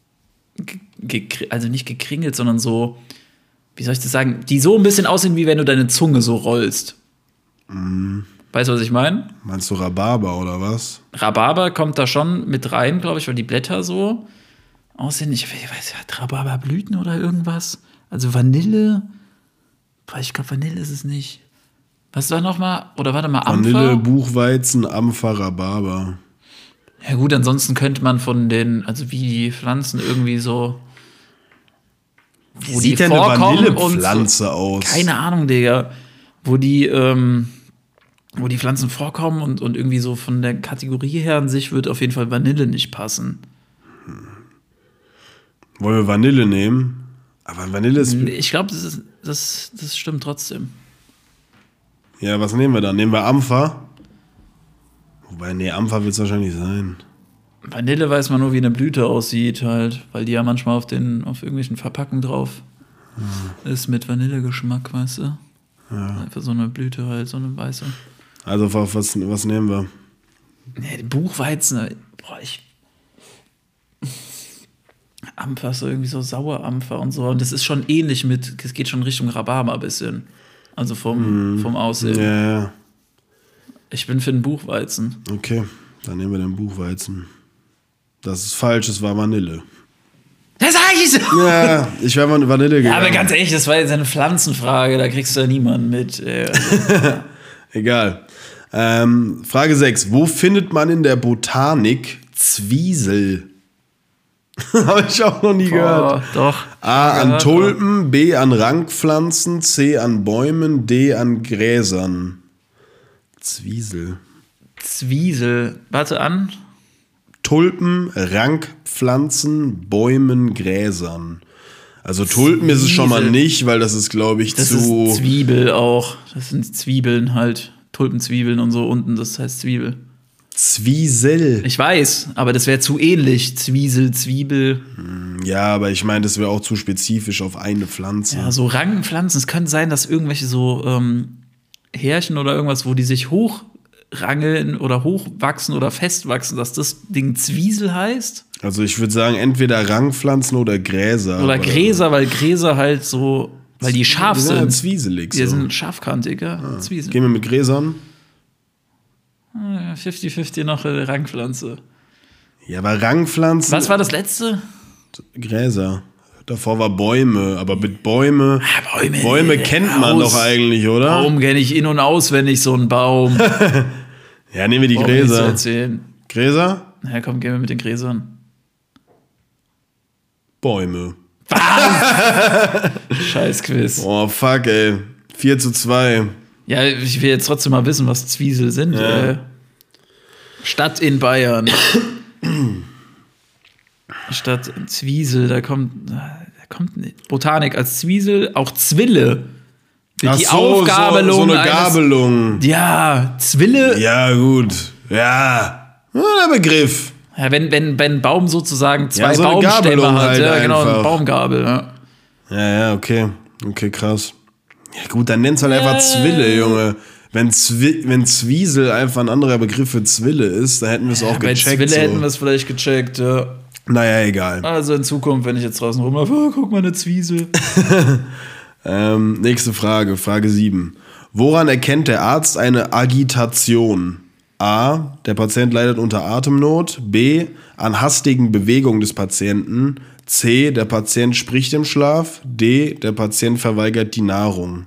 also nicht gekringelt, sondern so, wie soll ich das sagen, die so ein bisschen aussehen, wie wenn du deine Zunge so rollst. Mm. Weißt du, was ich meine? Meinst du Rhabarber oder was? Rhabarber kommt da schon mit rein, glaube ich, weil die Blätter so aussehen. Ich weiß ja, Rhabarberblüten oder irgendwas. Also Vanille. Boah, ich glaube, Vanille ist es nicht. Was war nochmal? Oder warte mal, Ampfer? Vanille, Buchweizen, Ampfer, Rhabarber. Ja gut, ansonsten könnte man von den, also wie die Pflanzen irgendwie so, Wie wo sieht die denn eine vorkommen und Vanillepflanze so, aus? keine Ahnung, Digga. Wo die, ähm, wo die Pflanzen vorkommen und, und irgendwie so von der Kategorie her an sich wird auf jeden Fall Vanille nicht passen. Wollen wir Vanille nehmen? Aber Vanille ist... Ich glaube, das, ist- das, das stimmt trotzdem. Ja, was nehmen wir dann? Nehmen wir Ampfer? Wobei, nee, Ampfer wird es wahrscheinlich sein. Vanille weiß man nur, wie eine Blüte aussieht, halt, weil die ja manchmal auf den, auf irgendwelchen Verpackungen drauf ist mit Vanillegeschmack, weißt du? Ja. Einfach so eine Blüte halt, so eine weiße. Also auf was, was nehmen wir? Nee, Buchweizen, boah, ich. Ampfer, so irgendwie so Sauerampfer und so. Und das ist schon ähnlich mit, es geht schon Richtung Rhabarber ein bisschen. Also vom, vom Aussehen. Ja, ja, Ich bin für den Buchweizen. okay. Dann nehmen wir den Buchweizen. Das ist falsch, es war Vanille. Das sag ich so! Ja, ich wäre mal Vanille gegangen. Ja, aber ganz ehrlich, das war jetzt eine Pflanzenfrage, da kriegst du ja niemanden mit. Äh, Egal. Ähm, Frage sechs. Wo findet man in der Botanik Zwiesel? Habe ich auch noch nie gehört. Oh, doch. A. An Gehört, Tulpen, B. an Rankpflanzen, C. an Bäumen, D. an Gräsern. Zwiesel. Zwiesel. Warte an. Tulpen, Rankpflanzen, Bäumen, Gräsern. Also Tulpen ist es schon mal Zwiesel. nicht, weil das ist, glaube ich, Das zu... ist Zwiebel auch. Das sind Zwiebeln halt. Tulpenzwiebeln und so unten, das heißt Zwiebel. Zwiesel. Ich weiß, aber das wäre zu ähnlich. Zwiesel, Zwiebel. Ja, aber ich meine, das wäre auch zu spezifisch auf eine Pflanze. Ja, so Rankenpflanzen. Es könnte sein, dass irgendwelche so ähm, Härchen oder irgendwas, wo die sich hochrangeln oder hochwachsen oder festwachsen, dass das Ding Zwiesel heißt. Also ich würde sagen, entweder Rankpflanzen oder Gräser. Oder Gräser, weil Gräser halt so, weil die scharf Die sind sind. halt zwieselig Die so. sind scharfkantig, ja. Zwiesel. Gehen wir mit Gräsern? fünfzig fünfzig noch eine Rankpflanze. Ja, aber Rankpflanzen... Was war das letzte? Gräser. Davor war Bäume, aber mit Bäume... Ah, Bäume. Bäume kennt man Haus. doch eigentlich, oder? Baum kenne ich in- und auswendig, so einen Baum. Ja, nehmen wir die Brauch ich nicht zu Gräser. erzählen. Gräser? Na komm, gehen wir mit den Gräsern. Bäume. Scheiß Quiz. Oh, fuck, ey. vier zu zwei. Ja, ich will jetzt trotzdem mal wissen, was Zwiesel sind. Ja. Äh, Stadt in Bayern. Stadt Zwiesel, da kommt, da kommt nicht. Botanik als Zwiesel, auch Zwille. Wird Ach die so, Aufgabelung so, so eine eines- Gabelung. Ja, Zwille. Ja, gut. Ja. Ja, der Begriff. Ja, wenn, wenn, wenn ein Baum sozusagen zwei Ja, so eine Baumstämme Gabelung hat, halt ja, genau, eine einfach. Baumgabel. Ja. Ja, ja, okay. Okay, krass. Ja, gut, dann nenn's halt einfach Zwille, Junge. Wenn, Zwi wenn Zwiesel einfach ein anderer Begriff für Zwille ist, dann hätten wir es auch Bei gecheckt. Zwille so. hätten wir es vielleicht gecheckt, ja. Naja, egal. Also in Zukunft, wenn ich jetzt draußen rumlaufe, oh, guck mal, eine Zwiesel. Ähm, nächste Frage, Frage sieben. Woran erkennt der Arzt eine Agitation? A. Der Patient leidet unter Atemnot. B. An hastigen Bewegungen des Patienten. C, der Patient spricht im Schlaf. D, der Patient verweigert die Nahrung.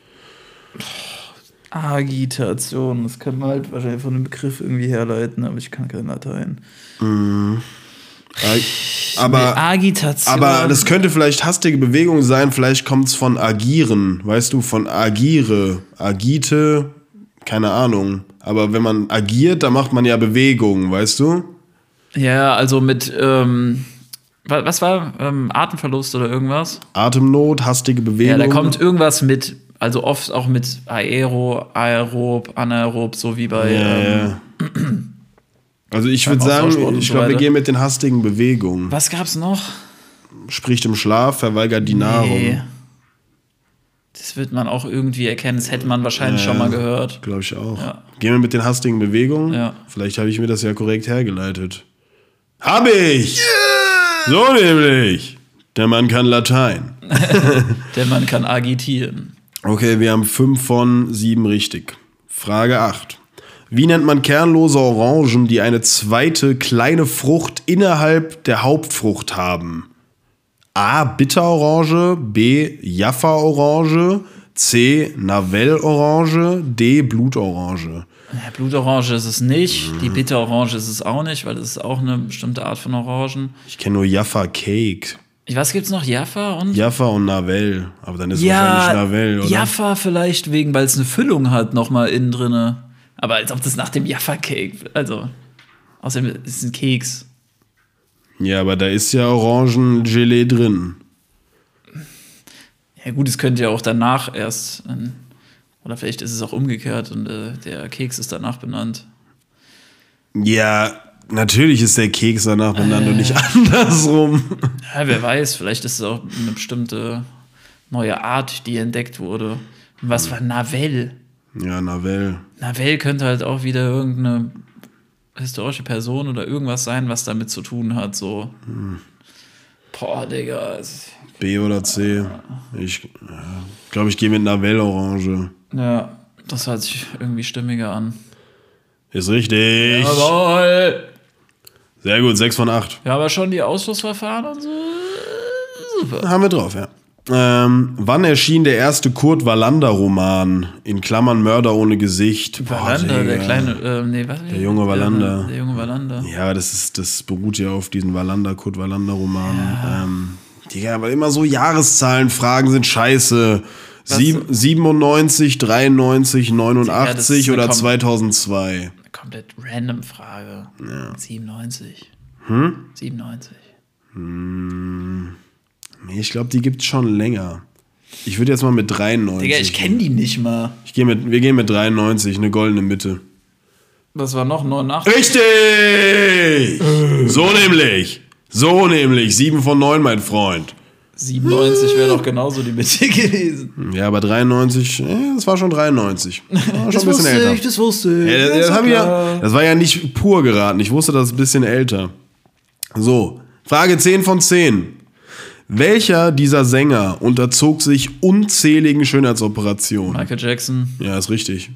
Agitation, das kann man halt wahrscheinlich von dem Begriff irgendwie herleiten, aber ich kann kein Latein. Mhm. Aber, Agitation. aber das könnte vielleicht hastige Bewegung sein, vielleicht kommt es von agieren, weißt du, von agiere, agite, keine Ahnung. Aber wenn man agiert, dann macht man ja Bewegung, weißt du? Ja, also mit, ähm, was war, ähm, Atemverlust oder irgendwas? Atemnot, hastige Bewegung. Ja, da kommt irgendwas mit, also oft auch mit Aero, Aerob, Anaerob, so wie bei... Ja, ähm, ja. Also ich würde sagen, ich so glaube, wir weiter. gehen mit den hastigen Bewegungen. Was gab's noch? Spricht im Schlaf, verweigert die Nahrung. Nee. Das wird man auch irgendwie erkennen. Das hätte man wahrscheinlich Ja, schon mal gehört. Glaube ich auch. Ja. Gehen wir mit den hastigen Bewegungen? Ja. Vielleicht habe ich mir das ja korrekt hergeleitet. Hab ich! So nämlich. Der Mann kann Latein. Denn man kann agitieren. Okay, wir haben fünf von sieben richtig. Frage acht. Wie nennt man kernlose Orangen, die eine zweite kleine Frucht innerhalb der Hauptfrucht haben? A. Bitterorange, B. Jaffa-Orange, C. Navelle-Orange, D. Blutorange. Ja, Blutorange ist es nicht. Die Bitterorange ist es auch nicht, weil das ist auch eine bestimmte Art von Orangen. Ich kenne nur Jaffa-Cake. Was gibt's noch? Jaffa und? Jaffa und Navelle. Aber dann ist Ja, wahrscheinlich Navelle, oder? Jaffa vielleicht wegen, weil es eine Füllung hat nochmal innen drinne. Aber als ob das nach dem Jaffa-Cake, also, außerdem ist es ein Keks. Ja, aber da ist ja Orangengelee drin. Ja gut, es könnte ja auch danach erst, ähm, oder vielleicht ist es auch umgekehrt und äh, der Keks ist danach benannt. Ja, natürlich ist der Keks danach benannt äh. und nicht andersrum. Ja, wer weiß, vielleicht ist es auch eine bestimmte neue Art, die entdeckt wurde. Und was war Navelle? Ja, Navelle. Navelle könnte halt auch wieder irgendeine historische Person oder irgendwas sein, was damit zu tun hat, so. Hm. Boah, Digga. B oder C? Ich ja, glaube, ich gehe mit Navelle-Orange. Ja, das hört sich irgendwie stimmiger an. Ist richtig. Jawohl! Sehr gut, sechs von acht. Ja, aber schon die Ausschlussverfahren und so. Super. Haben wir drauf, ja. Ähm, wann erschien der erste Kurt Wallander-Roman? In Klammern Mörder ohne Gesicht. Wallander, der kleine, äh, nee, was? Der junge Wallander. Der, der junge Wallander. Ja, das ist, das beruht ja auf diesen Wallander, Kurt Wallander-Roman. Ja. Ähm, Digga, aber immer so Jahreszahlenfragen sind scheiße. Sieb, siebenundneunzig, dreiundneunzig, neunundachtzig Digga, oder zweitausendzwei? Eine komplett random Frage. Ja. siebenundneunzig. Hm? siebenundneunzig. Hm. Nee, ich glaube, die gibt's schon länger. Ich würde jetzt mal mit dreiundneunzig. Digga, ich kenne die nicht mal. Ich geh mit, wir gehen mit dreiundneunzig, eine goldene Mitte. Was war noch? neunundachtzig? Richtig! So nämlich. So nämlich. sieben von neun, mein Freund. siebenundneunzig wäre doch genauso die Mitte gewesen. Ja, aber dreiundneunzig, äh, das war schon dreiundneunzig. War schon das ein bisschen wusste älter. ich, das wusste ich. Ja, das, das, hab ich ja, das war ja nicht pur geraten. Ich wusste, das ist ein bisschen älter. So, Frage zehn von zehn. Welcher dieser Sänger unterzog sich unzähligen Schönheitsoperationen? Michael Jackson. Ja, ist richtig.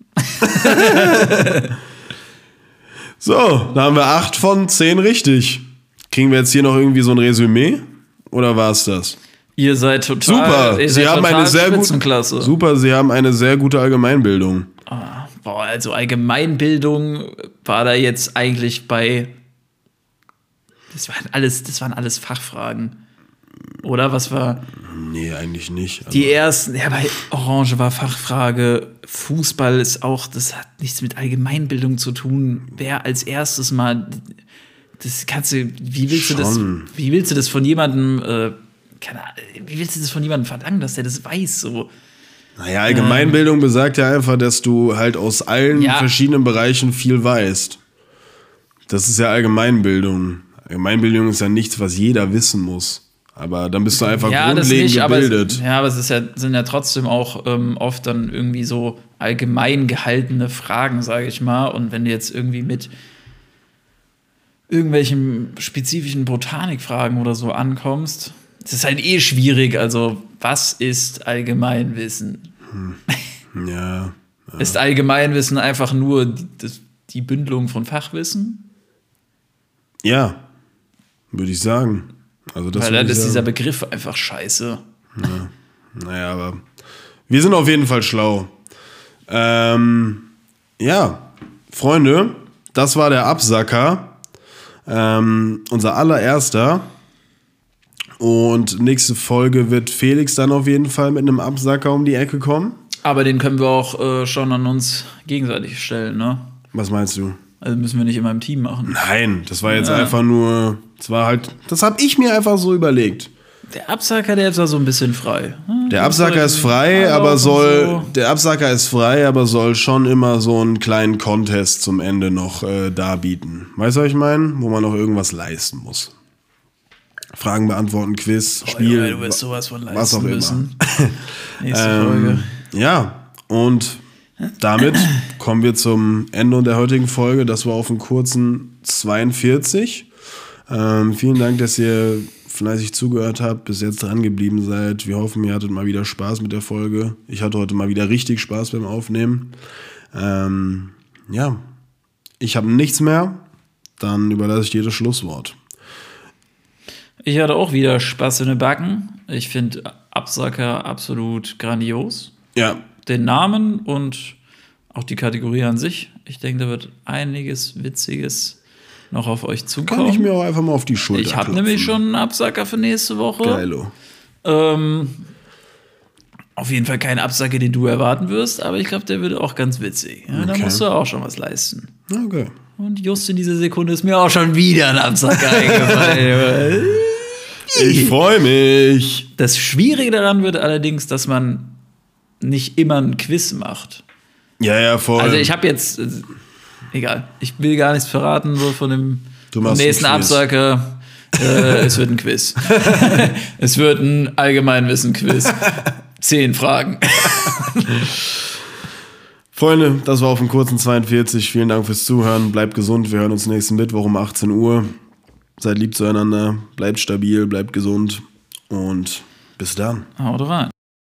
So, da haben wir acht von zehn richtig. Kriegen wir jetzt hier noch irgendwie so ein Resümee? Oder war es das? Ihr seid total, super. Ihr Sie seid haben total eine sehr Spitzenklasse. Gut, super, Sie haben eine sehr gute Allgemeinbildung. Ah, boah, also Allgemeinbildung war da jetzt eigentlich bei. Das waren alles, das waren alles Fachfragen. Oder was war? Nee, eigentlich nicht. Also Die ersten, ja, bei Orange war Fachfrage. Fußball ist auch, das hat nichts mit Allgemeinbildung zu tun. Wer als erstes mal, das kannst du, wie willst Schon. du das, wie willst du das von jemandem, äh, keine Ahnung, wie willst du das von jemandem verlangen, dass der das weiß, so? Naja, Allgemeinbildung ähm, besagt ja einfach, dass du halt aus allen ja. verschiedenen Bereichen viel weißt. Das ist ja Allgemeinbildung. Allgemeinbildung ist ja nichts, was jeder wissen muss. Aber dann bist du einfach ja, grundlegend nicht, gebildet. Aber es, ja, aber es ist ja, sind ja trotzdem auch ähm, oft dann irgendwie so allgemein gehaltene Fragen, sage ich mal. Und wenn du jetzt irgendwie mit irgendwelchen spezifischen Botanikfragen oder so ankommst, das ist halt eh schwierig. Also, was ist Allgemeinwissen? Hm. Ja, ja. Ist Allgemeinwissen einfach nur die, das, die Bündelung von Fachwissen? Ja, würde ich sagen. Also das Weil dann würde ich ist dieser sagen. Begriff einfach scheiße. Naja, aber wir sind auf jeden Fall schlau. Ähm, ja, Freunde, das war der Absacker. Ähm, unser allererster. Und nächste Folge wird Felix dann auf jeden Fall mit einem Absacker um die Ecke kommen. Aber den können wir auch äh, schon an uns gegenseitig stellen, ne? Was meinst du? Also müssen wir nicht immer im Team machen. Nein, das war jetzt Ja. einfach nur, das war halt, das habe ich mir einfach so überlegt. Der Absacker, der ist da so ein bisschen frei. Hm, Der Absacker ist frei, Einlauf aber und soll, so. der Absacker ist frei, aber soll schon immer so einen kleinen Contest zum Ende noch äh, darbieten. Weißt du, was ich meine? Wo man noch irgendwas leisten muss. Fragen beantworten, Quiz, Oh, Spiel, Junge, du wirst sowas von leisten was auch immer. müssen. Nächste Folge. Ähm, ja, und damit kommen wir zum Ende der heutigen Folge. Das war auf einen kurzen zweiundvierzig. Ähm, vielen Dank, dass ihr fleißig zugehört habt, bis jetzt dran geblieben seid. Wir hoffen, ihr hattet mal wieder Spaß mit der Folge. Ich hatte heute mal wieder richtig Spaß beim Aufnehmen. Ähm, ja, ich habe nichts mehr. Dann überlasse ich dir das Schlusswort. Ich hatte auch wieder Spaß in den Backen. Ich finde Absacker absolut grandios. Ja, Den Namen und auch die Kategorie an sich. Ich denke, da wird einiges Witziges noch auf euch zukommen. kann ich mir auch einfach mal auf die Schulter Ich habe klopfen. nämlich schon einen Absacker für nächste Woche. Geilo. Ähm, auf jeden Fall kein Absacker, den du erwarten wirst, aber ich glaube, der wird auch ganz witzig. Ja, Da Okay. musst du auch schon was leisten. Okay. Und just in dieser Sekunde ist mir auch schon wieder ein Absacker eingefallen. Ich freue mich. Das Schwierige daran wird allerdings, dass man nicht immer ein Quiz macht. Ja, ja, voll. Also ich habe jetzt, äh, egal, ich will gar nichts verraten so von dem Du machst nächsten ein Quiz. Absacker. Äh, es wird ein Quiz. Es wird ein Allgemeinwissen-Quiz. Zehn Fragen. Freunde, das war auf dem kurzen zweiundvierzig. Vielen Dank fürs Zuhören. Bleibt gesund. Wir hören uns nächsten Mittwoch um achtzehn Uhr. Seid lieb zueinander. Bleibt stabil, bleibt gesund. Und bis dann. Haut rein.